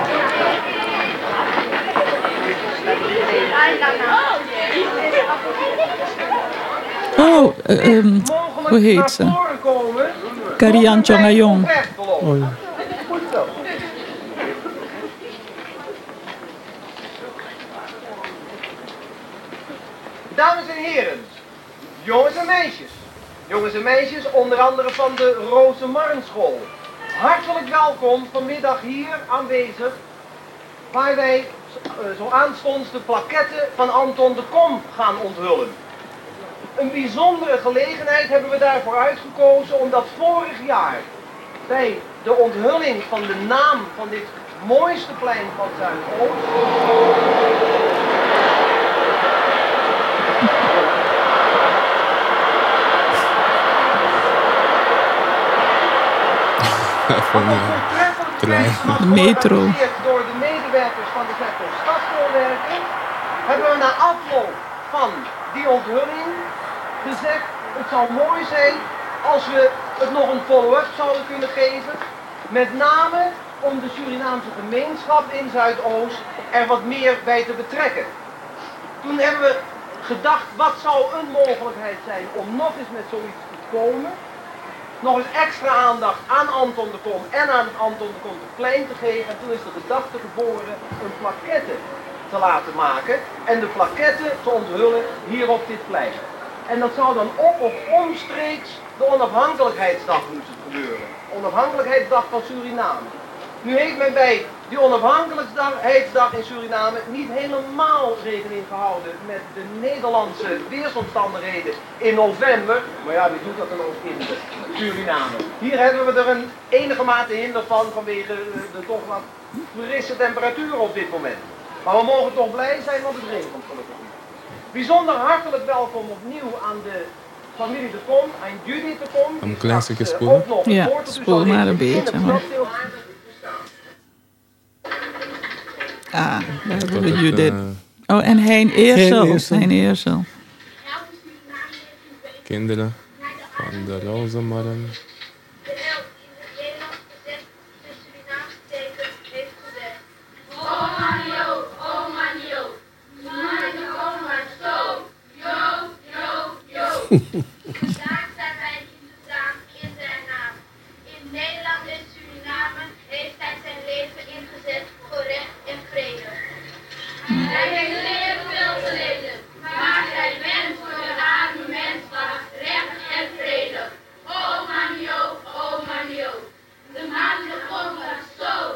Oh, hoe heet ze? Karian Chongayong. Oh, ja. Dames en heren, jongens en meisjes, onder andere van de Rozemarnschool. Hartelijk welkom vanmiddag hier aanwezig, waar wij zo aanstonds de plaquette van Anton de Kom gaan onthullen. Een bijzondere gelegenheid hebben we daarvoor uitgekozen, omdat vorig jaar bij de onthulling van de naam van dit mooiste plein van Zuidoost Van, De metro. door de medewerkers van de sector Stadspoorwerken hebben we na afloop van die onthulling gezegd, het zou mooi zijn als we het nog een follow-up zouden kunnen geven, met name om de Surinaamse gemeenschap in Zuidoost er wat meer bij te betrekken. Toen hebben we gedacht, wat zou een mogelijkheid zijn om nog eens met zoiets te komen, nog eens extra aandacht aan Anton de Kom en aan Anton de Kom plein te geven. En toen is de gedachte geboren een plaquette te laten maken en de plaquette te onthullen hier op dit plein. En dat zou dan op of omstreeks de onafhankelijkheidsdag moeten gebeuren. Onafhankelijkheidsdag van Suriname. Nu heeft men bij die onafhankelijkheidsdag in Suriname niet helemaal rekening gehouden met de Nederlandse weersomstandigheden in november. Maar ja, wie doet dat dan ook in Suriname? Hier hebben we er een enige mate hinder van vanwege de toch wat frisse temperatuur op dit moment. Maar we mogen toch blij zijn, want het regent gelukkig niet. Bijzonder hartelijk welkom opnieuw aan de familie de Kom, aan Judith de Kom. Een klein stukje spoelen. Ja, spoel maar een beetje. Maar. Daar hebben we Judith. Oh, en Hein Eersel. Hein Eersel. Kinderen van de Rozemarn. Daar zijn wij ingegaan in zijn naam. In Nederland en Suriname heeft hij zijn leven ingezet voor recht en vrede. Hij heeft zeer veel geleden, maar zijn wens voor de arme mens was recht en vrede. Oh Manio, de man de kom was zo.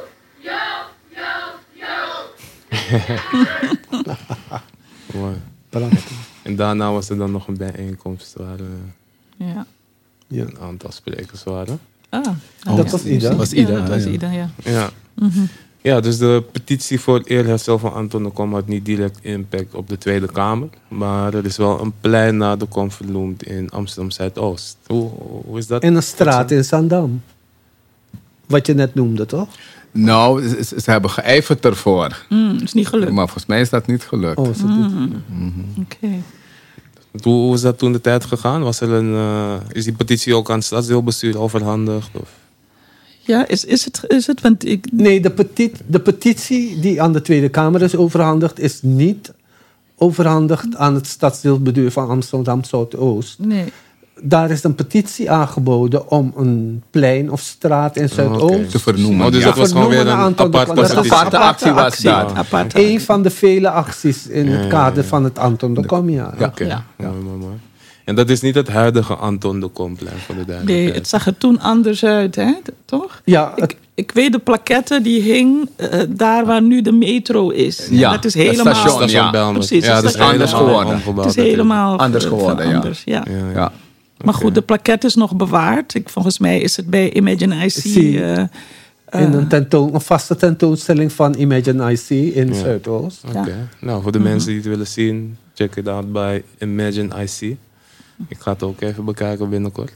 Mooi. Prachtig. En daarna was er dan nog een bijeenkomst waar Ja. een aantal sprekers waren. Dat was Ida. Was Ida, Ja, dat was ja. Ida, ja. Ja. Ja, dus de petitie voor eerherstel van Anton de Kom had niet direct impact op de Tweede Kamer. Maar er is wel een plein naar de Kom vernoemd in Amsterdam Zuidoost. Hoe is dat? En een straat in Zandam. Wat je net noemde, toch? Nou, ze hebben geijverd ervoor. Is niet gelukt. Maar volgens mij is dat niet gelukt. Oh, is het niet? Oké. Hoe is dat toen de tijd gegaan? Was er is die petitie ook aan het stadsdeelbestuur overhandigd? Of? Ja, is het? Want ik... Nee, de petitie die aan de Tweede Kamer is overhandigd, is niet overhandigd aan het stadsdeelbestuur van Amsterdam Zuidoost. Nee. Daar is een petitie aangeboden om een plein of straat in Zuidoost Te vernoemen. Oh, dus ja. dat was gewoon weer vernoemen een aantal aparte dat is een petitie. aparte actie was dat. Apart. Een van de vele acties in het kader van het Anton de Kom jaar. Ja. Oké, Ja. mooi. En dat is niet het huidige Anton de Komplein voor de duidelijkheid. Nee, het zag er toen anders uit, hè? Toch? Ja, Ik weet de plaquette die hing daar waar nu de metro is. Ja, dat is het helemaal... station, Station ja. Bijlmer. Precies, Ja, het dat is station anders helemaal geworden. omgebouwd Het is natuurlijk. helemaal Anders geworden, ja. anders, ja. Ja. Maar goed, de plaquette is nog bewaard. Volgens mij is het bij Imagine IC... in een vaste tentoonstelling van Imagine IC in Zuidoost. Oké. Nou, voor de mensen die het willen zien, check it out bij Imagine IC. Ik ga het ook even bekijken binnenkort.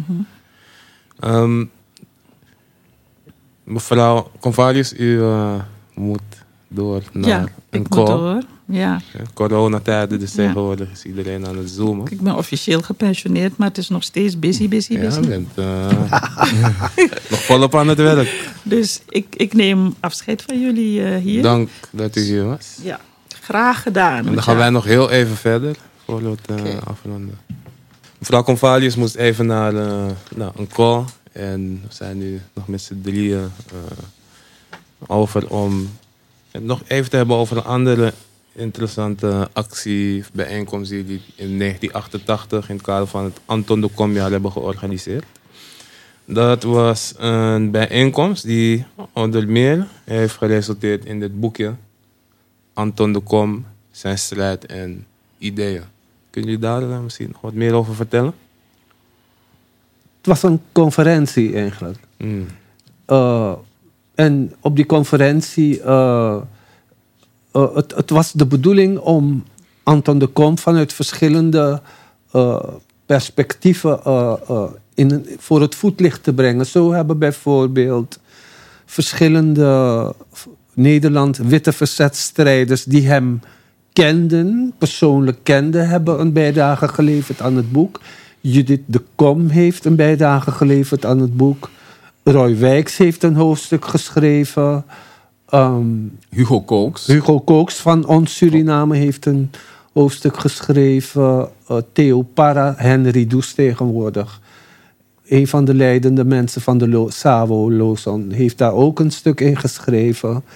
Mevrouw Convalius, u moet door naar ja, een ik moet call. door. Ja. Coronatijden, dus tegenwoordig is iedereen aan het zoomen. Ik ben officieel gepensioneerd, maar het is nog steeds busy. Ja, je bent nog volop aan het werk. Dus ik neem afscheid van jullie hier. Dank dat u hier was. Ja, graag gedaan. En dan gaan wij nog heel even verder voor we het afronden. Mevrouw Convalius moest even naar een call. En we zijn nu nog met z'n drieën over om het nog even te hebben over een andere interessante actie, bijeenkomst die jullie in 1988 in het kader van het Anton de Kom-jaar hebben georganiseerd. Dat was een bijeenkomst die onder meer heeft geresulteerd in dit boekje Anton de Kom, zijn strijd en ideeën. Kunnen jullie daar misschien nog wat meer over vertellen? Het was een conferentie eigenlijk. En op die conferentie... het was de bedoeling om Anton de Kom vanuit verschillende perspectieven voor het voetlicht te brengen. Zo hebben bijvoorbeeld verschillende Nederland-witte verzetstrijders die hem persoonlijk kenden, hebben een bijdrage geleverd aan het boek. Judith de Kom heeft een bijdrage geleverd aan het boek. Roy Wijks heeft een hoofdstuk geschreven. Hugo Kooks van Ons Suriname heeft een hoofdstuk geschreven. Theo Parra, Henry Does tegenwoordig. Een van de leidende mensen van de SAWO, Lozon, heeft daar ook een stuk in geschreven.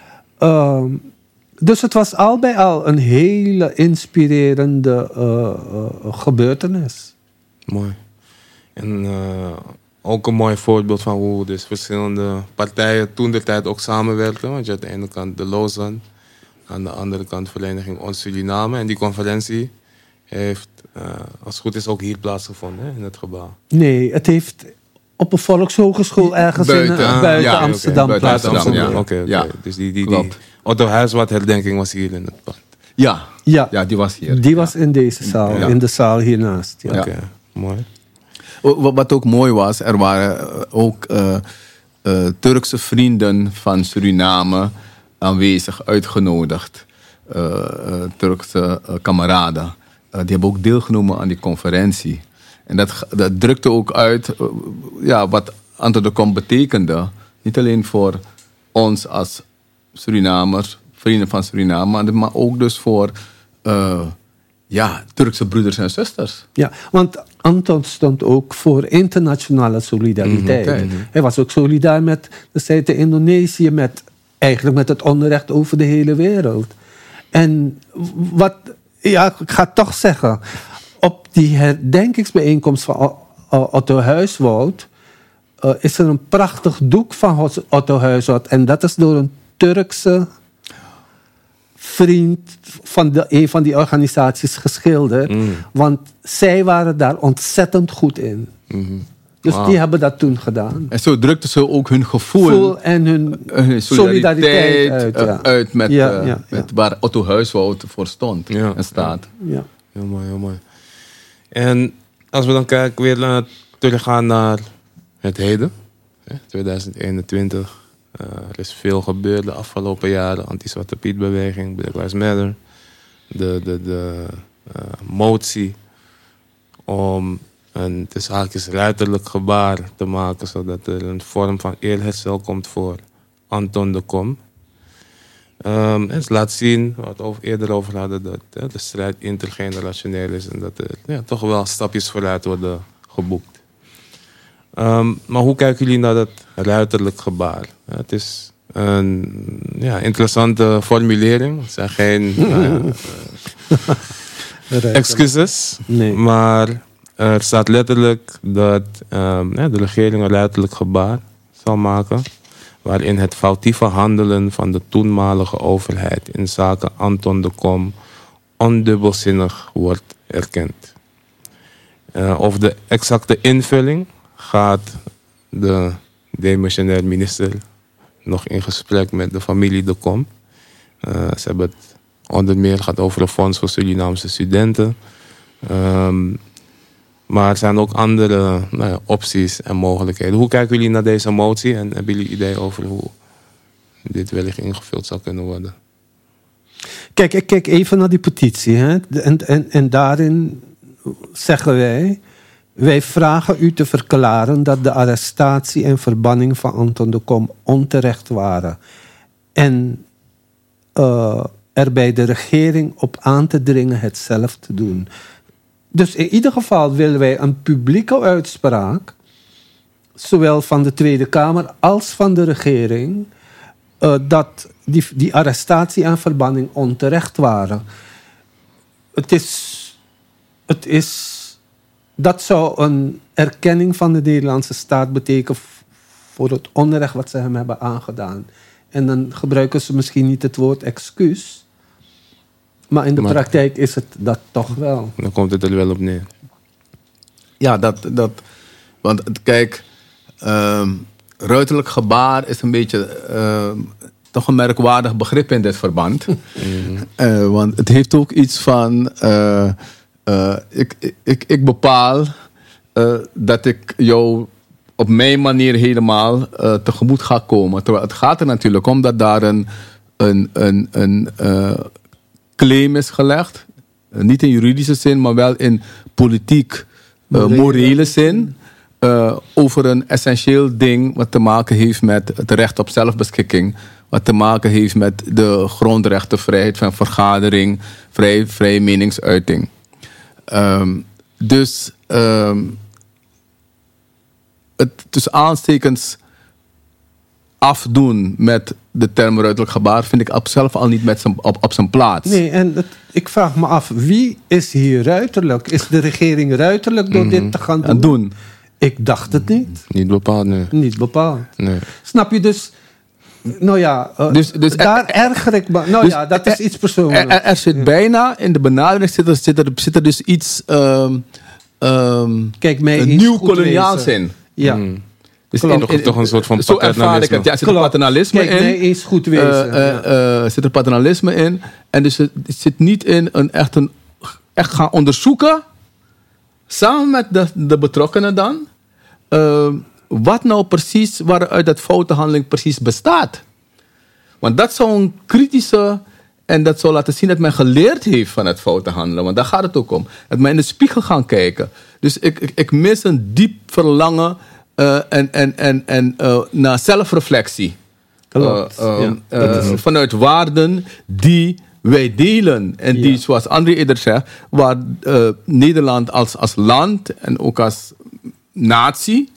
Dus het was al bij al een hele inspirerende gebeurtenis. Mooi. En ook een mooi voorbeeld van hoe dus verschillende partijen toen de tijd ook samenwerkten. Want je had aan de ene kant de Lozon, aan de andere kant Vereniging Ons Suriname. En die conferentie heeft, als het goed is, ook hier plaatsgevonden, hè, in het gebouw. Nee, het heeft op een volkshogeschool ergens buiten Amsterdam plaatsgevonden. Oké. Dus die Otto Huiswaard herdenking was hier in het pand. Ja, die was hier. Die was in deze zaal, in de zaal hiernaast. Ja. Oké, mooi. Wat ook mooi was, er waren ook Turkse vrienden van Suriname aanwezig, uitgenodigd. Turkse kameraden. Die hebben ook deelgenomen aan die conferentie. En dat drukte ook uit wat Anton de Kom betekende. Niet alleen voor ons als Surinamers, vrienden van Suriname, maar ook dus voor Turkse broeders en zusters. Ja, want Anton stond ook voor internationale solidariteit. Hij was ook solidair met de zijde Indonesië, eigenlijk met het onrecht over de hele wereld. En ik ga toch zeggen, op die herdenkingsbijeenkomst van Otto Huiswoud is er een prachtig doek van Otto Huiswoud. En dat is door een Turkse vriend van een van die organisaties geschilderd. Want zij waren daar ontzettend goed in. Dus die hebben dat toen gedaan. En zo drukten ze ook hun gevoel en hun solidariteit uit met waar Otto Huiswoud voor stond en staat. Ja. Heel mooi, heel mooi. En als we dan kijken, weer teruggaan naar het heden, 2021. Er is veel gebeurd de afgelopen jaren. Anti-Zwarte Piet-beweging, Black Lives Matter. De motie om een tussen haakjes ruiterlijk gebaar te maken, zodat er een vorm van eerherstel komt voor Anton de Kom. Het laat zien, waar we het eerder over hadden, dat de strijd intergenerationeel is en dat er toch wel stapjes vooruit worden geboekt. Maar hoe kijken jullie naar dat ruiterlijk gebaar? Het is een interessante formulering. Het zijn geen excuses, nee. Maar er staat letterlijk dat de regering een ruiterlijk gebaar zal maken, waarin het foutieve handelen van de toenmalige overheid in zaken Anton de Kom ondubbelzinnig wordt erkend. Over de exacte invulling gaat de demissionair minister nog in gesprek met de familie de Kom. Ze hebben het onder meer gehad over een fonds voor Surinaamse studenten. Maar er zijn ook andere opties en mogelijkheden. Hoe kijken jullie naar deze motie en hebben jullie idee over hoe dit wellicht ingevuld zou kunnen worden? Kijk, ik kijk even naar die petitie. Hè? En daarin zeggen wij vragen u te verklaren dat de arrestatie en verbanning van Anton de Kom onterecht waren. En er bij de regering op aan te dringen het zelf te doen. Dus in ieder geval willen wij een publieke uitspraak, zowel van de Tweede Kamer als van de regering, dat die arrestatie en verbanning onterecht waren. Dat zou een erkenning van de Nederlandse staat betekenen voor het onrecht wat ze hem hebben aangedaan. En dan gebruiken ze misschien niet het woord excuus. Maar in de praktijk is het dat toch wel. Dan komt het er wel op neer. Ja, want kijk, ruiterlijk gebaar is een beetje toch een merkwaardig begrip in dit verband. Want het heeft ook iets van ik bepaal dat ik jou op mijn manier helemaal tegemoet ga komen. Terwijl het gaat er natuurlijk om dat daar een claim is gelegd. Niet in juridische zin, maar wel in politiek, morele zin. Over een essentieel ding wat te maken heeft met het recht op zelfbeschikking. Wat te maken heeft met de grondrechten, vrijheid van vergadering, vrije meningsuiting. Het tussen aanstekens afdoen met de term ruiterlijk gebaar vind ik zelf al niet op zijn plaats. Nee, en ik vraag me af, wie is hier ruiterlijk? Is de regering ruiterlijk door dit te gaan doen? Ik dacht het niet. Niet bepaald, nee. Niet bepaald. Nee. Snap je dus? Nou ja, dus daar erger ik me. Nou ja, dat is iets persoonlijks. Er zit bijna, in de benadering zit er dus iets Kijk, mij een nieuw koloniaals in. Ja. Dus toch een soort van zo ervaar ik het. Ja, er zit een paternalisme Kijk, in. mij eens goed wezen. Zit er paternalisme in. En dus het zit niet in echt gaan onderzoeken, samen met de betrokkenen dan, wat nou precies, waaruit dat foutenhandeling precies bestaat. Want dat zou een kritische, en dat zou laten zien dat men geleerd heeft van het foutenhandelen. Want daar gaat het ook om. Dat men in de spiegel gaan kijken. Dus ik mis een diep verlangen naar zelfreflectie. Vanuit waarden die wij delen. En die, zoals André eerder zei, waar Nederland als land en ook als natie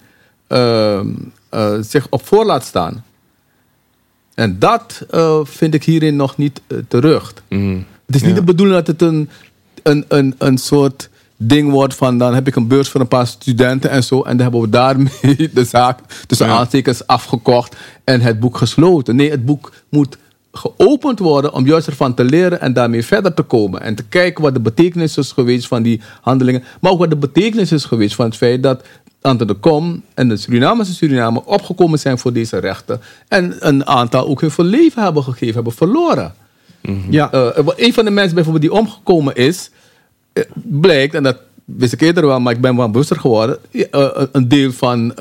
zich op voor laat staan. En dat vind ik hierin nog niet terug. Het is niet de bedoeling dat het een soort ding wordt van, dan heb ik een beurs voor een paar studenten en zo, en dan hebben we daarmee de zaak tussen aanstekens afgekocht en het boek gesloten. Nee, het boek moet geopend worden om juist ervan te leren en daarmee verder te komen. En te kijken wat de betekenis is geweest van die handelingen. Maar ook wat de betekenis is geweest van het feit dat Anton de Kom en de Surinamers opgekomen zijn voor deze rechten. En een aantal ook hun voor leven hebben gegeven, hebben verloren. Mm-hmm. Ja. Een van de mensen bijvoorbeeld die omgekomen is, blijkt, en dat wist ik eerder wel, maar ik ben wel bewuster geworden, een deel van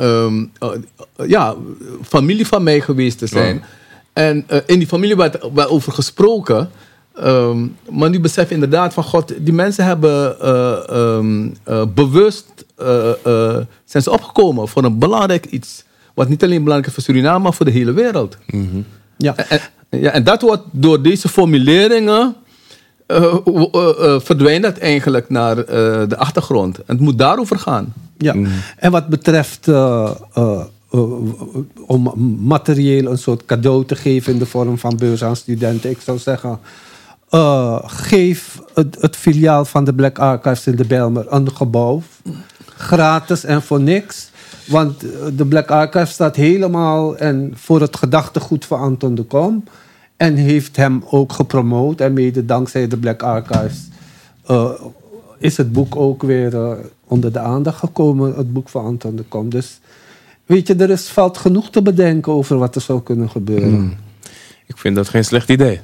familie van mij geweest te zijn. Oh. En in die familie werd over gesproken. Maar nu besef je inderdaad van God, die mensen hebben bewust zijn ze opgekomen voor een belangrijk iets. Wat niet alleen belangrijk is voor Suriname, maar voor de hele wereld. Mm-hmm. Ja. En dat wordt door deze formuleringen verdwijnt dat eigenlijk naar de achtergrond. En het moet daarover gaan. Ja. En wat betreft om materieel een soort cadeau te geven in de vorm van beurs aan studenten. Ik zou zeggen, geef het filiaal van de Black Archives in de Bijlmer een gebouw. Gratis en voor niks. Want de Black Archives staat helemaal en voor het gedachtegoed van Anton de Kom. En heeft hem ook gepromoot. En mede dankzij de Black Archives is het boek ook weer onder de aandacht gekomen. Het boek van Anton de Kom. Dus weet je, valt genoeg te bedenken over wat er zou kunnen gebeuren. Ik vind dat geen slecht idee.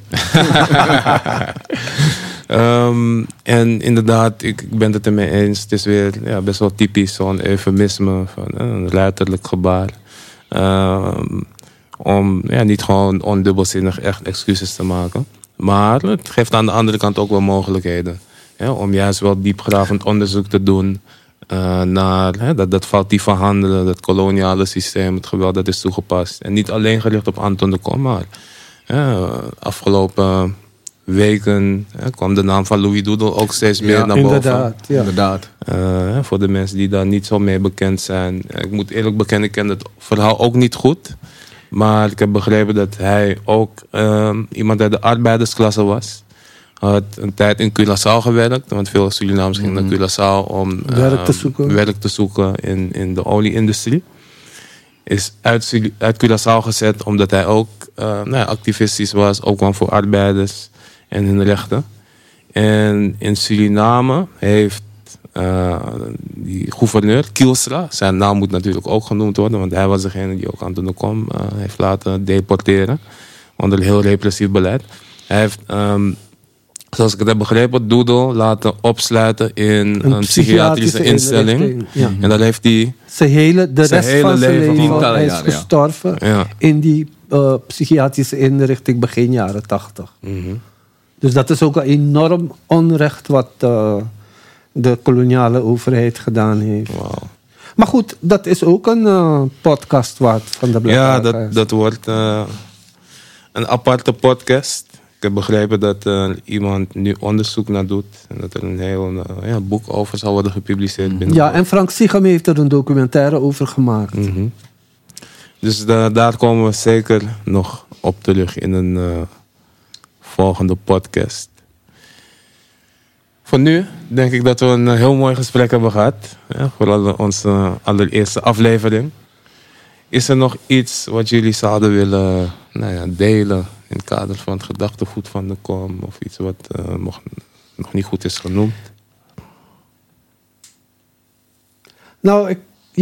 En inderdaad, ik ben het ermee eens. Het is weer best wel typisch zo'n eufemisme van een ruiterlijk gebaar. Om niet gewoon ondubbelzinnig echt excuses te maken. Maar het geeft aan de andere kant ook wel mogelijkheden. Om juist wel diepgravend onderzoek te doen naar dat foutieve handelen, dat koloniale systeem, het geweld dat is toegepast. En niet alleen gericht op Anton de Kom, maar afgelopen weken kwam de naam van Louis Doedel ook steeds meer naar boven. Inderdaad. Voor de mensen die daar niet zo mee bekend zijn. Ik moet eerlijk bekennen, ik ken het verhaal ook niet goed. Maar ik heb begrepen dat hij ook iemand uit de arbeidersklasse was. Had een tijd in Curaçao gewerkt. Want veel Surinamers gingen naar Curaçao om werk te zoeken in de olieindustrie. Is uit Curaçao gezet omdat hij ook activistisch was. Ook kwam voor arbeiders en hun rechten. En in Suriname heeft die gouverneur, Kielstra, zijn naam moet natuurlijk ook genoemd worden, want hij was degene die ook Anton de Kom heeft laten deporteren onder heel repressief beleid. Hij heeft, zoals ik het heb begrepen, Doedel laten opsluiten in een psychiatrische instelling. Ja. En daar heeft hij de rest van zijn leven hij is gestorven in die psychiatrische inrichting begin jaren 80. Mm-hmm. Dus dat is ook een enorm onrecht wat de koloniale overheid gedaan heeft. Wow. Maar goed, dat is ook een podcast waard van de Black Archives. Dat wordt een aparte podcast. Ik heb begrepen dat iemand nu onderzoek naar doet. En dat er een heel boek over zal worden gepubliceerd. Ja, en Frank Siegem heeft er een documentaire over gemaakt. Mm-hmm. Dus daar komen we zeker nog op terug in een volgende podcast. Voor nu denk ik dat we een heel mooi gesprek hebben gehad. Vooral onze allereerste aflevering. Is er nog iets wat jullie zouden willen delen in het kader van het gedachtegoed van de Kom? Of iets wat nog niet goed is genoemd? Nou,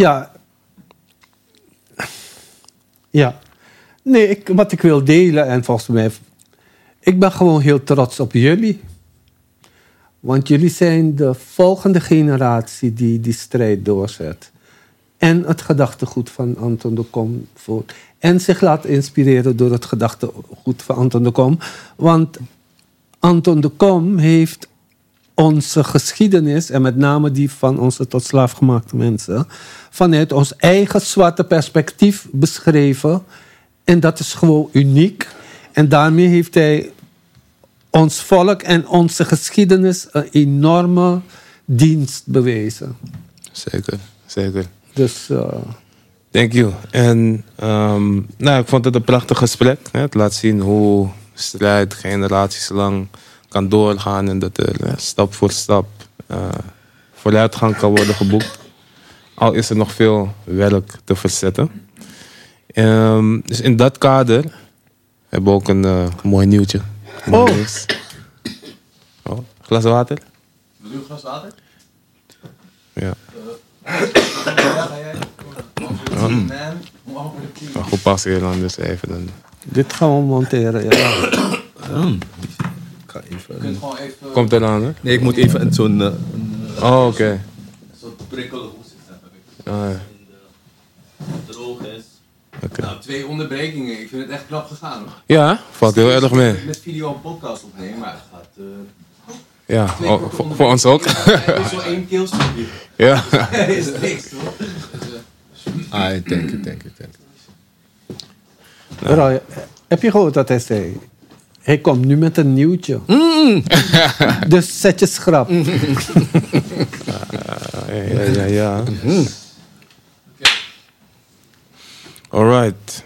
Nee, wat ik wil delen, en volgens mij, ik ben gewoon heel trots op jullie. Want jullie zijn de volgende generatie die strijd doorzet. En het gedachtegoed van Anton de Kom voert. En zich laat inspireren door het gedachtegoed van Anton de Kom. Want Anton de Kom heeft onze geschiedenis, en met name die van onze tot slaaf gemaakte mensen, vanuit ons eigen zwarte perspectief beschreven. En dat is gewoon uniek. En daarmee heeft hij ons volk en onze geschiedenis een enorme dienst bewezen. Zeker. Dus thank you. En ik vond het een prachtig gesprek. Het laat zien hoe strijd generaties lang kan doorgaan en dat er stap voor stap vooruitgang kan worden geboekt. Al is er nog veel werk te verzetten. Dus in dat kader hebben ook een mooi nieuwtje. Oh. Oh, glas water? Wil u een glas water? Ja. Ga jij? Maar goed, pas hier dan dus even. Dan. Dit gaan we monteren, ja. Ik ga even... Komt eraan, hè? Nee, ik moet even zo'n... Oh, oké. Zo'n prikkelhoes heb ik. Ah, ja. Droog is. Oké. Nou, 2 onderbrekingen. Ik vind het echt knap gegaan. Hoor. Ja, valt heel erg mee. Met video een podcast opnemen, maar het gaat... Ja, voor ons ook. Het is zo 1 keelstukje. Ja. is niks, hoor. Thank you. Roy, heb je gehoord wat hij zei? Hij komt nu met een nieuwtje. Dus zet je schrap. Ja. Alright.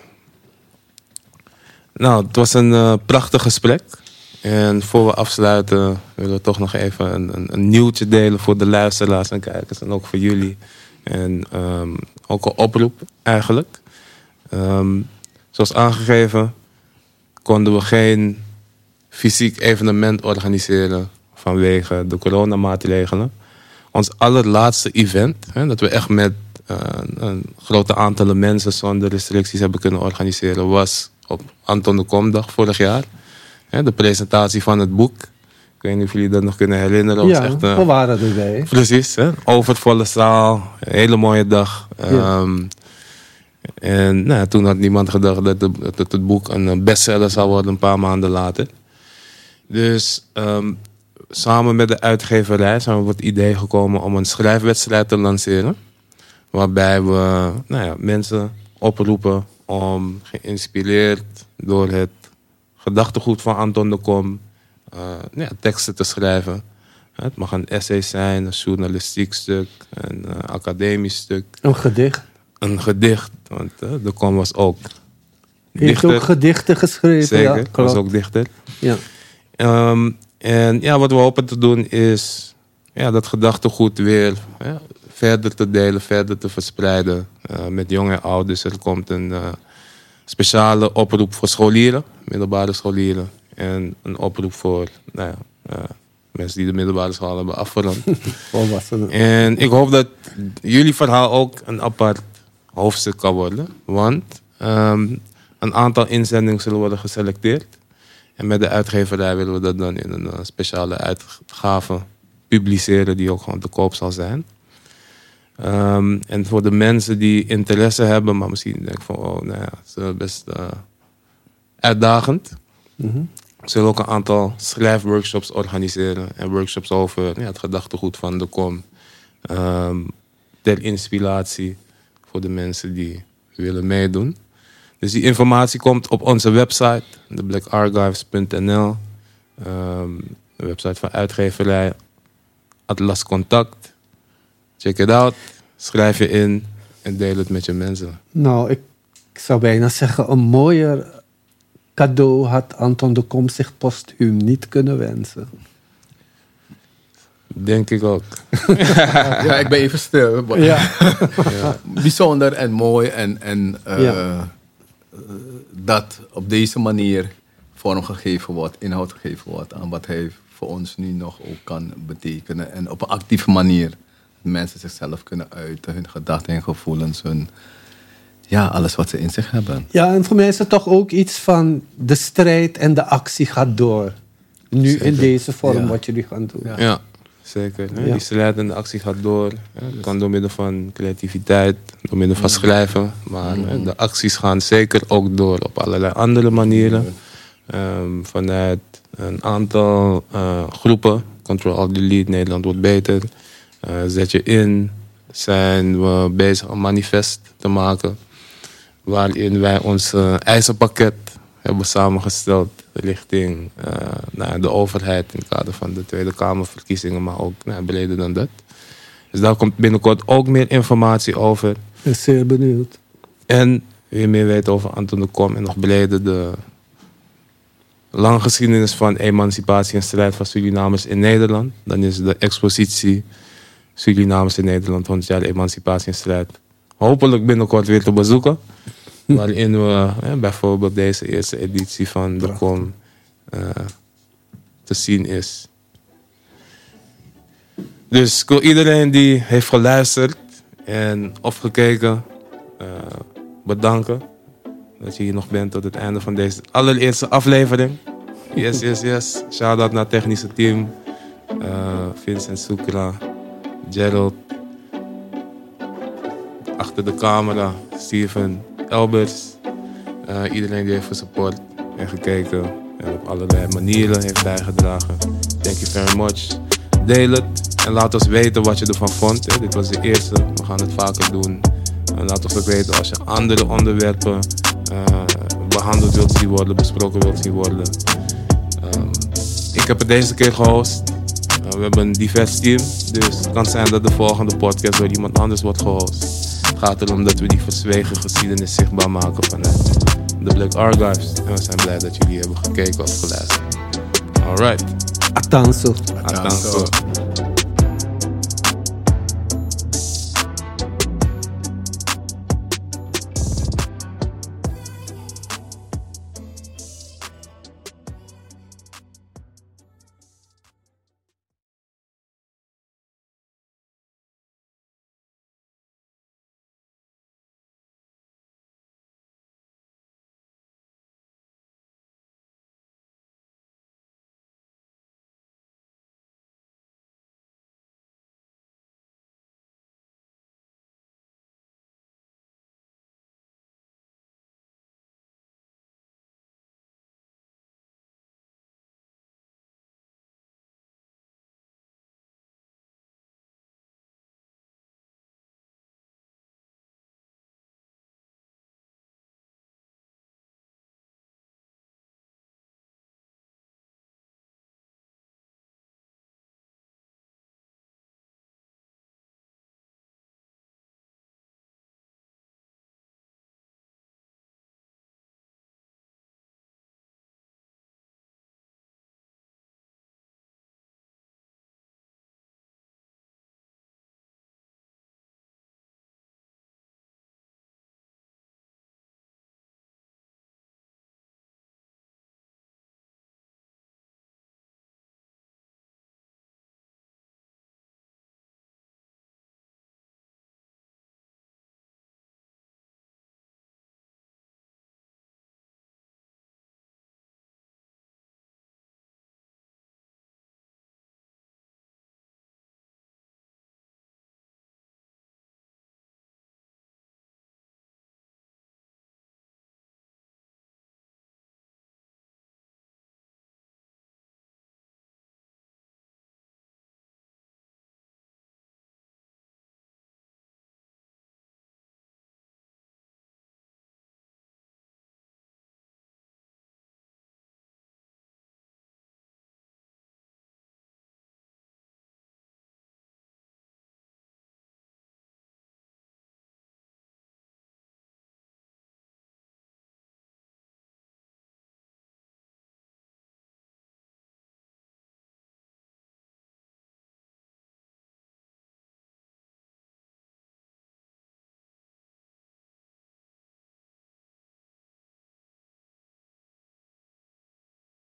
Nou, het was een prachtig gesprek. En voor we afsluiten willen we toch nog even een nieuwtje delen voor de luisteraars en kijkers. En ook voor jullie. En ook een oproep eigenlijk. Zoals aangegeven konden we geen fysiek evenement organiseren vanwege de coronamaatregelen. Ons allerlaatste event, dat we echt met een grote aantallen mensen zonder restricties hebben kunnen organiseren, was op Anton de Kom-dag vorig jaar. De presentatie van het boek. Ik weet niet of jullie dat nog kunnen herinneren. Ja, echt, we waren erbij. Precies, overvolle zaal. Een hele mooie dag. Ja. En nou, toen had niemand gedacht dat het boek een bestseller zou worden een paar maanden later. Dus samen met de uitgeverij zijn we op het idee gekomen om een schrijfwedstrijd te lanceren. Waarbij we mensen oproepen om geïnspireerd door het gedachtegoed van Anton de Kom teksten te schrijven. Het mag een essay zijn, een journalistiek stuk, een academisch stuk. Een gedicht. Een gedicht, want de Kom was ook Hij heeft ook gedichten geschreven. Zeker, ja, was ook dichter. Ja. En wat we hopen te doen is dat gedachtegoed weer verder te delen, verder te verspreiden met jonge en ouders. Er komt een speciale oproep voor scholieren, middelbare scholieren. En een oproep voor mensen die de middelbare school hebben afgerond. Volwassenen. En ik hoop dat jullie verhaal ook een apart hoofdstuk kan worden. Want een aantal inzendingen zullen worden geselecteerd. En met de uitgeverij willen we dat dan in een speciale uitgave publiceren die ook gewoon te koop zal zijn. En voor de mensen die interesse hebben, maar misschien denken van, het is best uitdagend. We zullen ook een aantal schrijfworkshops organiseren. En workshops over het gedachtegoed van de Kom. Ter inspiratie voor de mensen die willen meedoen. Dus die informatie komt op onze website, theblackarchives.nl. De website van uitgeverij Atlas Contact. Check it out. Schrijf je in en deel het met je mensen. Nou, ik zou bijna zeggen, een mooier cadeau had Anton de Kom zich postuum niet kunnen wensen. Denk ik ook. Ja, ik ben even stil. Ja. Bijzonder en mooi en dat op deze manier vorm gegeven wordt, inhoud gegeven wordt aan wat hij voor ons nu nog ook kan betekenen. En op een actieve manier mensen zichzelf kunnen uiten, hun gedachten en gevoelens, alles wat ze in zich hebben. Ja, en voor mij is het toch ook iets van de strijd en de actie gaat door. Nu zeker. In deze vorm wat jullie gaan doen. Ja, zeker. Die strijd en de actie gaat door. Dat kan door middel van creativiteit, door middel van schrijven. Maar de acties gaan zeker ook door op allerlei andere manieren. Vanuit een aantal groepen. Control-Alt-Delete, Nederland wordt beter. Zet je in, zijn we bezig een manifest te maken. Waarin wij ons eisenpakket hebben samengesteld richting de overheid in het kader van de Tweede Kamerverkiezingen, maar ook breder dan dat. Dus daar komt binnenkort ook meer informatie over. Ik ben zeer benieuwd. En weer meer weten over Anton de Kom en nog breder de lange geschiedenis van emancipatie en strijd van Surinamers in Nederland. Dan is de expositie Surinamers in Nederland, 100 jaar emancipatie en strijd, hopelijk binnenkort weer te bezoeken. Waarin we bijvoorbeeld deze eerste editie van de Com te zien is. Dus ik wil iedereen die heeft geluisterd of gekeken bedanken. Dat je hier nog bent tot het einde van deze allereerste aflevering. Yes. Shout-out naar het technische team. Vincent Soekra, Gerald. Achter de camera, Steven Elbers. Iedereen die heeft gesupport en gekeken. En op allerlei manieren heeft bijgedragen. Thank you very much. Deel het en laat ons weten wat je ervan vond. Dit was de eerste, we gaan het vaker doen. En laat ons ook weten als je andere onderwerpen behandeld wilt zien worden, besproken wilt zien worden. Ik heb het deze keer gehost. We hebben een divers team, dus het kan zijn dat de volgende podcast door iemand anders wordt gehost. Het gaat erom dat we die verzwegen geschiedenis zichtbaar maken vanuit de Black Archives. En we zijn blij dat jullie hebben gekeken of geluisterd. Alright. Atanso. Atanso.